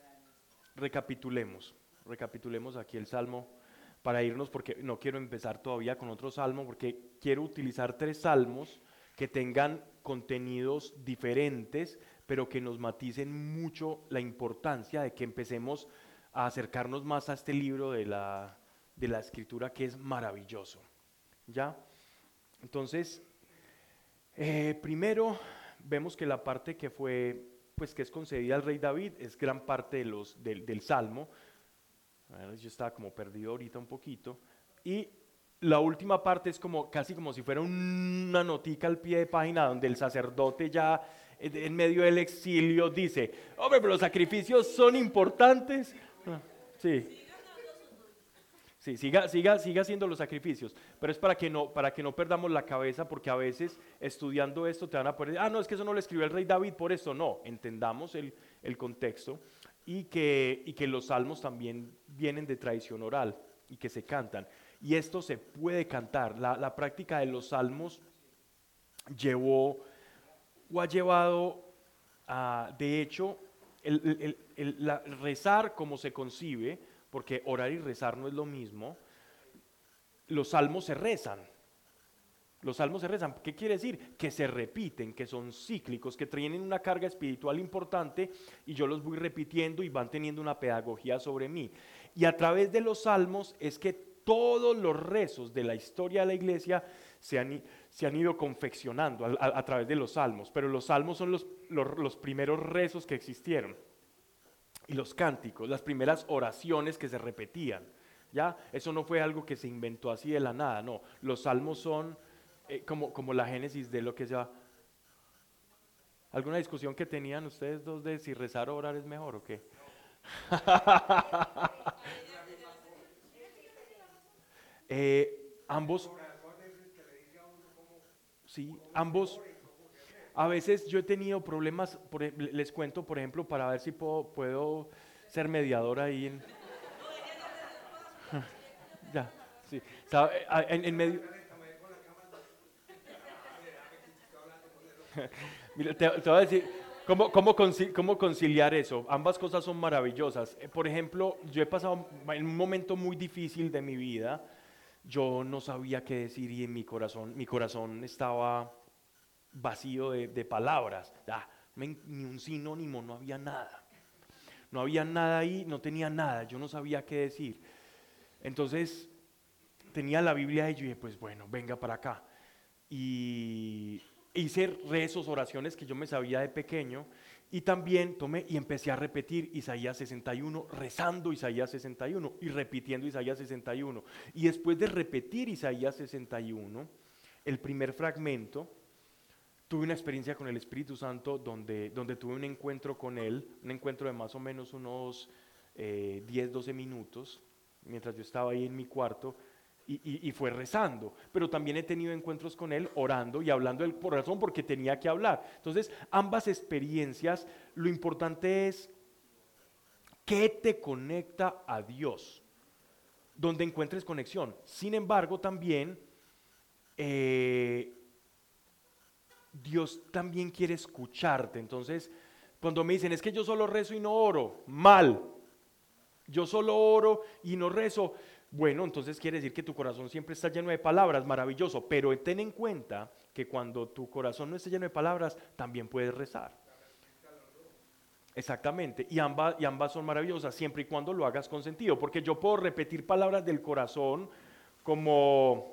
recapitulemos aquí el salmo para irnos, porque no quiero empezar todavía con otro salmo, porque quiero utilizar 3 salmos que tengan contenidos diferentes, pero que nos maticen mucho la importancia de que empecemos a acercarnos más a este libro de la escritura, que es maravilloso. ¿Ya? Entonces, primero vemos que la parte que fue, pues que es concedida al rey David, es gran parte del Salmo. A ver, yo estaba como perdido ahorita un poquito. Y la última parte es casi como si fuera una notica al pie de página, donde el sacerdote ya en medio del exilio dice, hombre, pero los sacrificios son importantes. Sí. Sí, siga haciendo los sacrificios, pero es para que no perdamos la cabeza, porque a veces estudiando esto te van a poner, no, es que eso no lo escribió el rey David, por eso no, entendamos el contexto y que los salmos también vienen de tradición oral y que se cantan. Y esto se puede cantar, la práctica de los salmos ha llevado de hecho, rezar como se concibe, porque orar y rezar no es lo mismo, los salmos se rezan. Los salmos se rezan. ¿Qué quiere decir? Que se repiten, que son cíclicos, que tienen una carga espiritual importante y yo los voy repitiendo y van teniendo una pedagogía sobre mí. Y a través de los salmos es que todos los rezos de la historia de la iglesia se han ido confeccionando a través de los salmos, pero los salmos son los primeros rezos que existieron. Y los cánticos, las primeras oraciones que se repetían, ¿ya? Eso no fue algo que se inventó así de la nada, no. Los salmos son como la génesis de lo que sea. ¿Alguna discusión que tenían ustedes dos de si rezar o orar es mejor o qué? Ambos, sí, ambos. A veces yo he tenido problemas, les cuento, por ejemplo, para ver si puedo ser mediador ahí en... Ya, sí. En medio... Mira, te voy a decir, ¿cómo conciliar eso? Ambas cosas son maravillosas. Por ejemplo, yo he pasado en un momento muy difícil de mi vida, yo no sabía qué decir y en mi corazón estaba vacío de palabras. Ni un sinónimo, no había nada. No había nada ahí, no tenía nada, yo no sabía qué decir. Entonces, tenía la Biblia y yo dije, pues bueno, venga para acá. Y hice rezos, oraciones que yo me sabía de pequeño y también tomé y empecé a repetir Isaías 61, rezando Isaías 61 y repitiendo Isaías 61. Y después de repetir Isaías 61, el primer fragmento, tuve una experiencia con el Espíritu Santo donde tuve un encuentro con Él, un encuentro de más o menos unos 10, 12 minutos, mientras yo estaba ahí en mi cuarto, y fue rezando, pero también he tenido encuentros con Él orando y hablando del corazón porque tenía que hablar. Entonces, ambas experiencias, lo importante es qué te conecta a Dios, donde encuentres conexión. Sin embargo, también Dios también quiere escucharte. Entonces, cuando me dicen, es que yo solo rezo y no oro, mal. Yo solo oro y no rezo. Bueno, entonces quiere decir que tu corazón siempre está lleno de palabras, maravilloso, pero ten en cuenta que cuando tu corazón no esté lleno de palabras, también puedes rezar. Exactamente, y ambas son maravillosas, siempre y cuando lo hagas con sentido, porque yo puedo repetir palabras del corazón como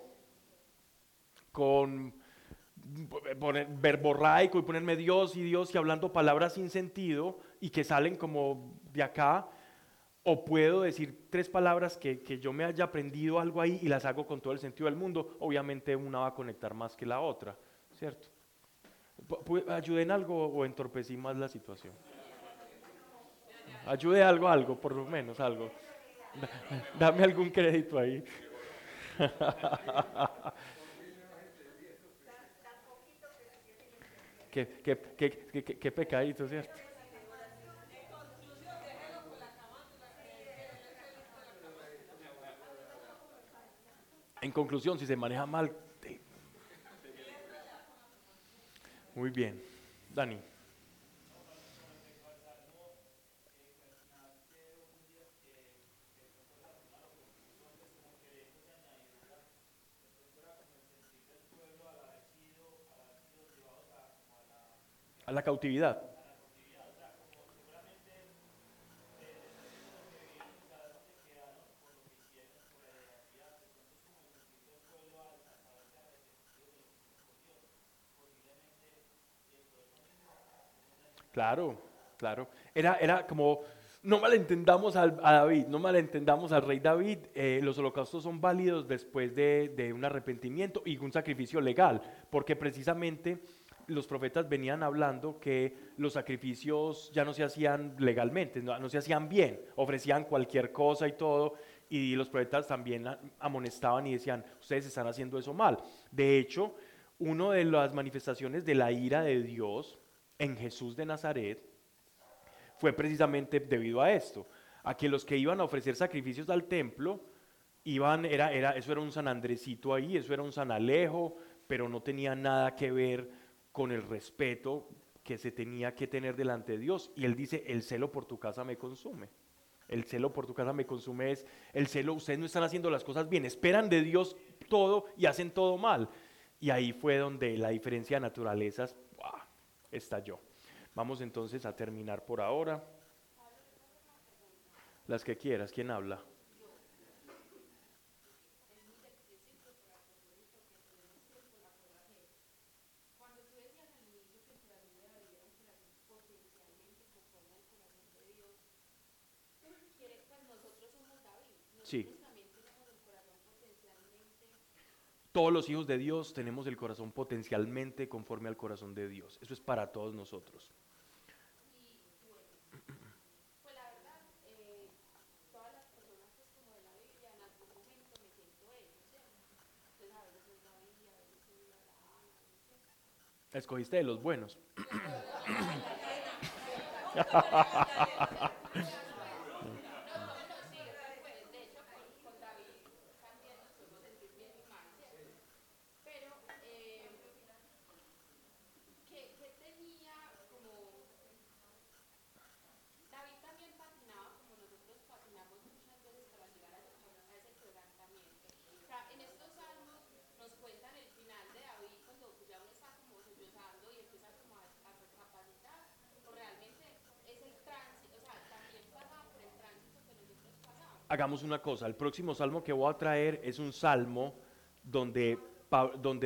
con poner verborraico y ponerme Dios y hablando palabras sin sentido y que salen como de acá. O puedo decir 3 palabras que yo me haya aprendido algo ahí y las hago con todo el sentido del mundo. Obviamente una va a conectar más que la otra, ¿cierto? ¿Ayudé en algo o entorpecí más la situación? Ayude algo, por lo menos algo. Dame algún crédito ahí. Qué pecadito, ¿cierto? En conclusión, si se maneja mal, muy bien. Dani. A la cautividad. Claro, claro. Era como, no malentendamos a David, no malentendamos al rey David. Los holocaustos son válidos después de un arrepentimiento y un sacrificio legal, porque precisamente los profetas venían hablando que los sacrificios ya no se hacían legalmente, no se hacían bien, ofrecían cualquier cosa y todo, y los profetas también amonestaban y decían, ustedes están haciendo eso mal. De hecho, una de las manifestaciones de la ira de Dios en Jesús de Nazaret fue precisamente debido a esto, a que los que iban a ofrecer sacrificios al templo, eso era un San Andresito ahí, eso era un San Alejo, pero no tenía nada que ver con el respeto que se tenía que tener delante de Dios. Y él dice, el celo por tu casa me consume. El celo por tu casa me consume es el celo, ustedes no están haciendo las cosas bien, esperan de Dios todo y hacen todo mal. Y ahí fue donde la diferencia de naturalezas estalló. Vamos entonces a terminar por ahora. Las que quieras, ¿quién habla? Sí. Todos los hijos de Dios tenemos el corazón potencialmente conforme al corazón de Dios. Eso es para todos nosotros. Pues la verdad, todas las personas pues como de la Biblia en algún momento me siento ellos, ¿cierto? Entonces a veces es David, a veces soy Abraham, a veces... Escogiste de los buenos. hagamos una cosa, el próximo salmo que voy a traer es un salmo donde, donde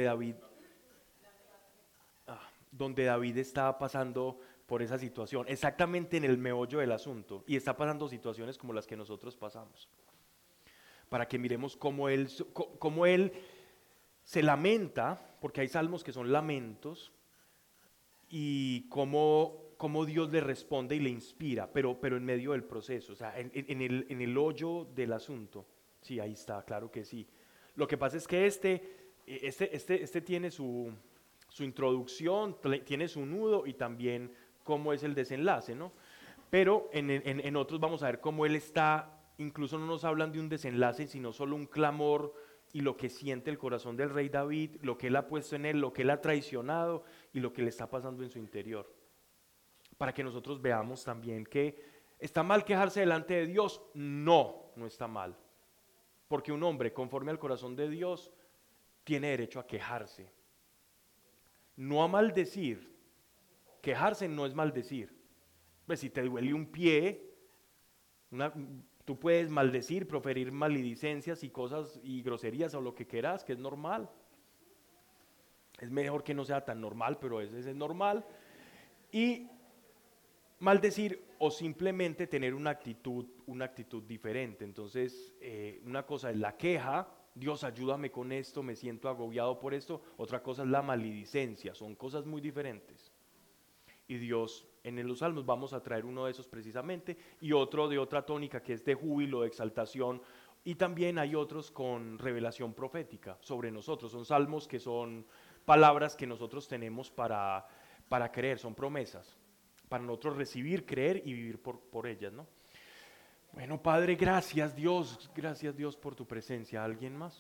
donde David está pasando por esa situación, exactamente en el meollo del asunto, y está pasando situaciones como las que nosotros pasamos, para que miremos cómo él se lamenta, porque hay salmos que son lamentos, y cómo Dios le responde y le inspira, pero en medio del proceso, o sea, en el hoyo del asunto. Sí, ahí está, claro que sí. Lo que pasa es que este tiene su introducción, tiene su nudo y también cómo es el desenlace, ¿no? Pero en otros vamos a ver cómo él está, incluso no nos hablan de un desenlace, sino solo un clamor y lo que siente el corazón del rey David, lo que él ha puesto en él, lo que él ha traicionado y lo que le está pasando en su interior. Para que nosotros veamos también que está mal quejarse delante de Dios. No, no está mal. Porque un hombre conforme al corazón de Dios tiene derecho a quejarse. No a maldecir. Quejarse no es maldecir. Pues si te duele un pie, tú puedes maldecir, proferir maledicencias y cosas y groserías o lo que quieras, que es normal. Es mejor que no sea tan normal, pero ese es normal. Y maldecir o simplemente tener una actitud diferente. Entonces, una cosa es la queja, Dios ayúdame con esto, me siento agobiado por esto. Otra cosa es la maledicencia, son cosas muy diferentes. Y Dios, en los salmos vamos a traer uno de esos precisamente, y otro de otra tónica que es de júbilo, de exaltación, y también hay otros con revelación profética sobre nosotros. Son salmos que son palabras que nosotros tenemos para creer, son promesas, para nosotros recibir, creer y vivir por ellas, ¿no? Bueno, Padre, gracias Dios por tu presencia. ¿Alguien más?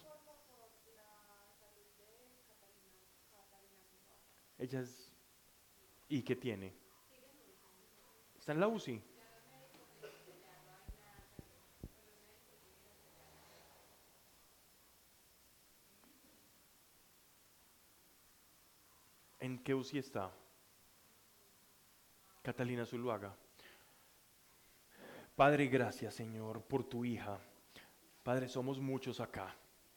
Ella es... ¿Y qué tiene? ¿Está en la UCI? ¿En qué UCI está? Catalina Zuluaga. Padre, gracias Señor por tu hija. Padre, somos muchos acá.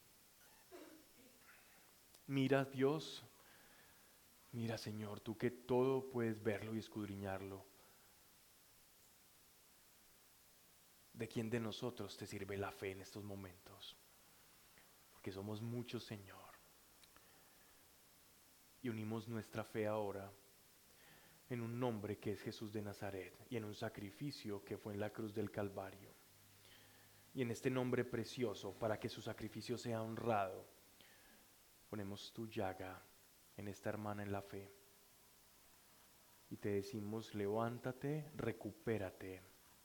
Mira Dios, mira Señor, tú que todo puedes verlo y escudriñarlo. ¿De quién de nosotros te sirve la fe en estos momentos? Porque somos muchos, Señor. Y unimos nuestra fe ahora en un nombre que es Jesús de Nazaret y en un sacrificio que fue en la cruz del Calvario. Y en este nombre precioso, para que su sacrificio sea honrado, ponemos tu llaga en esta hermana en la fe. Y te decimos, levántate, recupérate.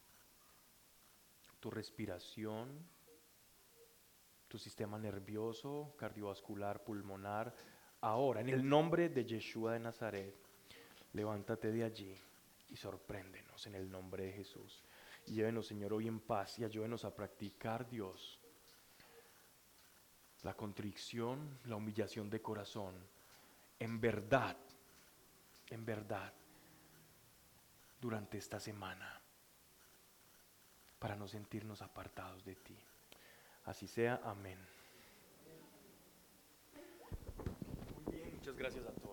Tu respiración, tu sistema nervioso, cardiovascular, pulmonar. Ahora, en el nombre de Yeshua de Nazaret, levántate de allí y sorpréndenos en el nombre de Jesús. Y llévenos, Señor, hoy en paz y ayúdenos a practicar, Dios, la contrición, la humillación de corazón, en verdad, durante esta semana, para no sentirnos apartados de ti. Así sea, amén. Muy bien, muchas gracias a todos.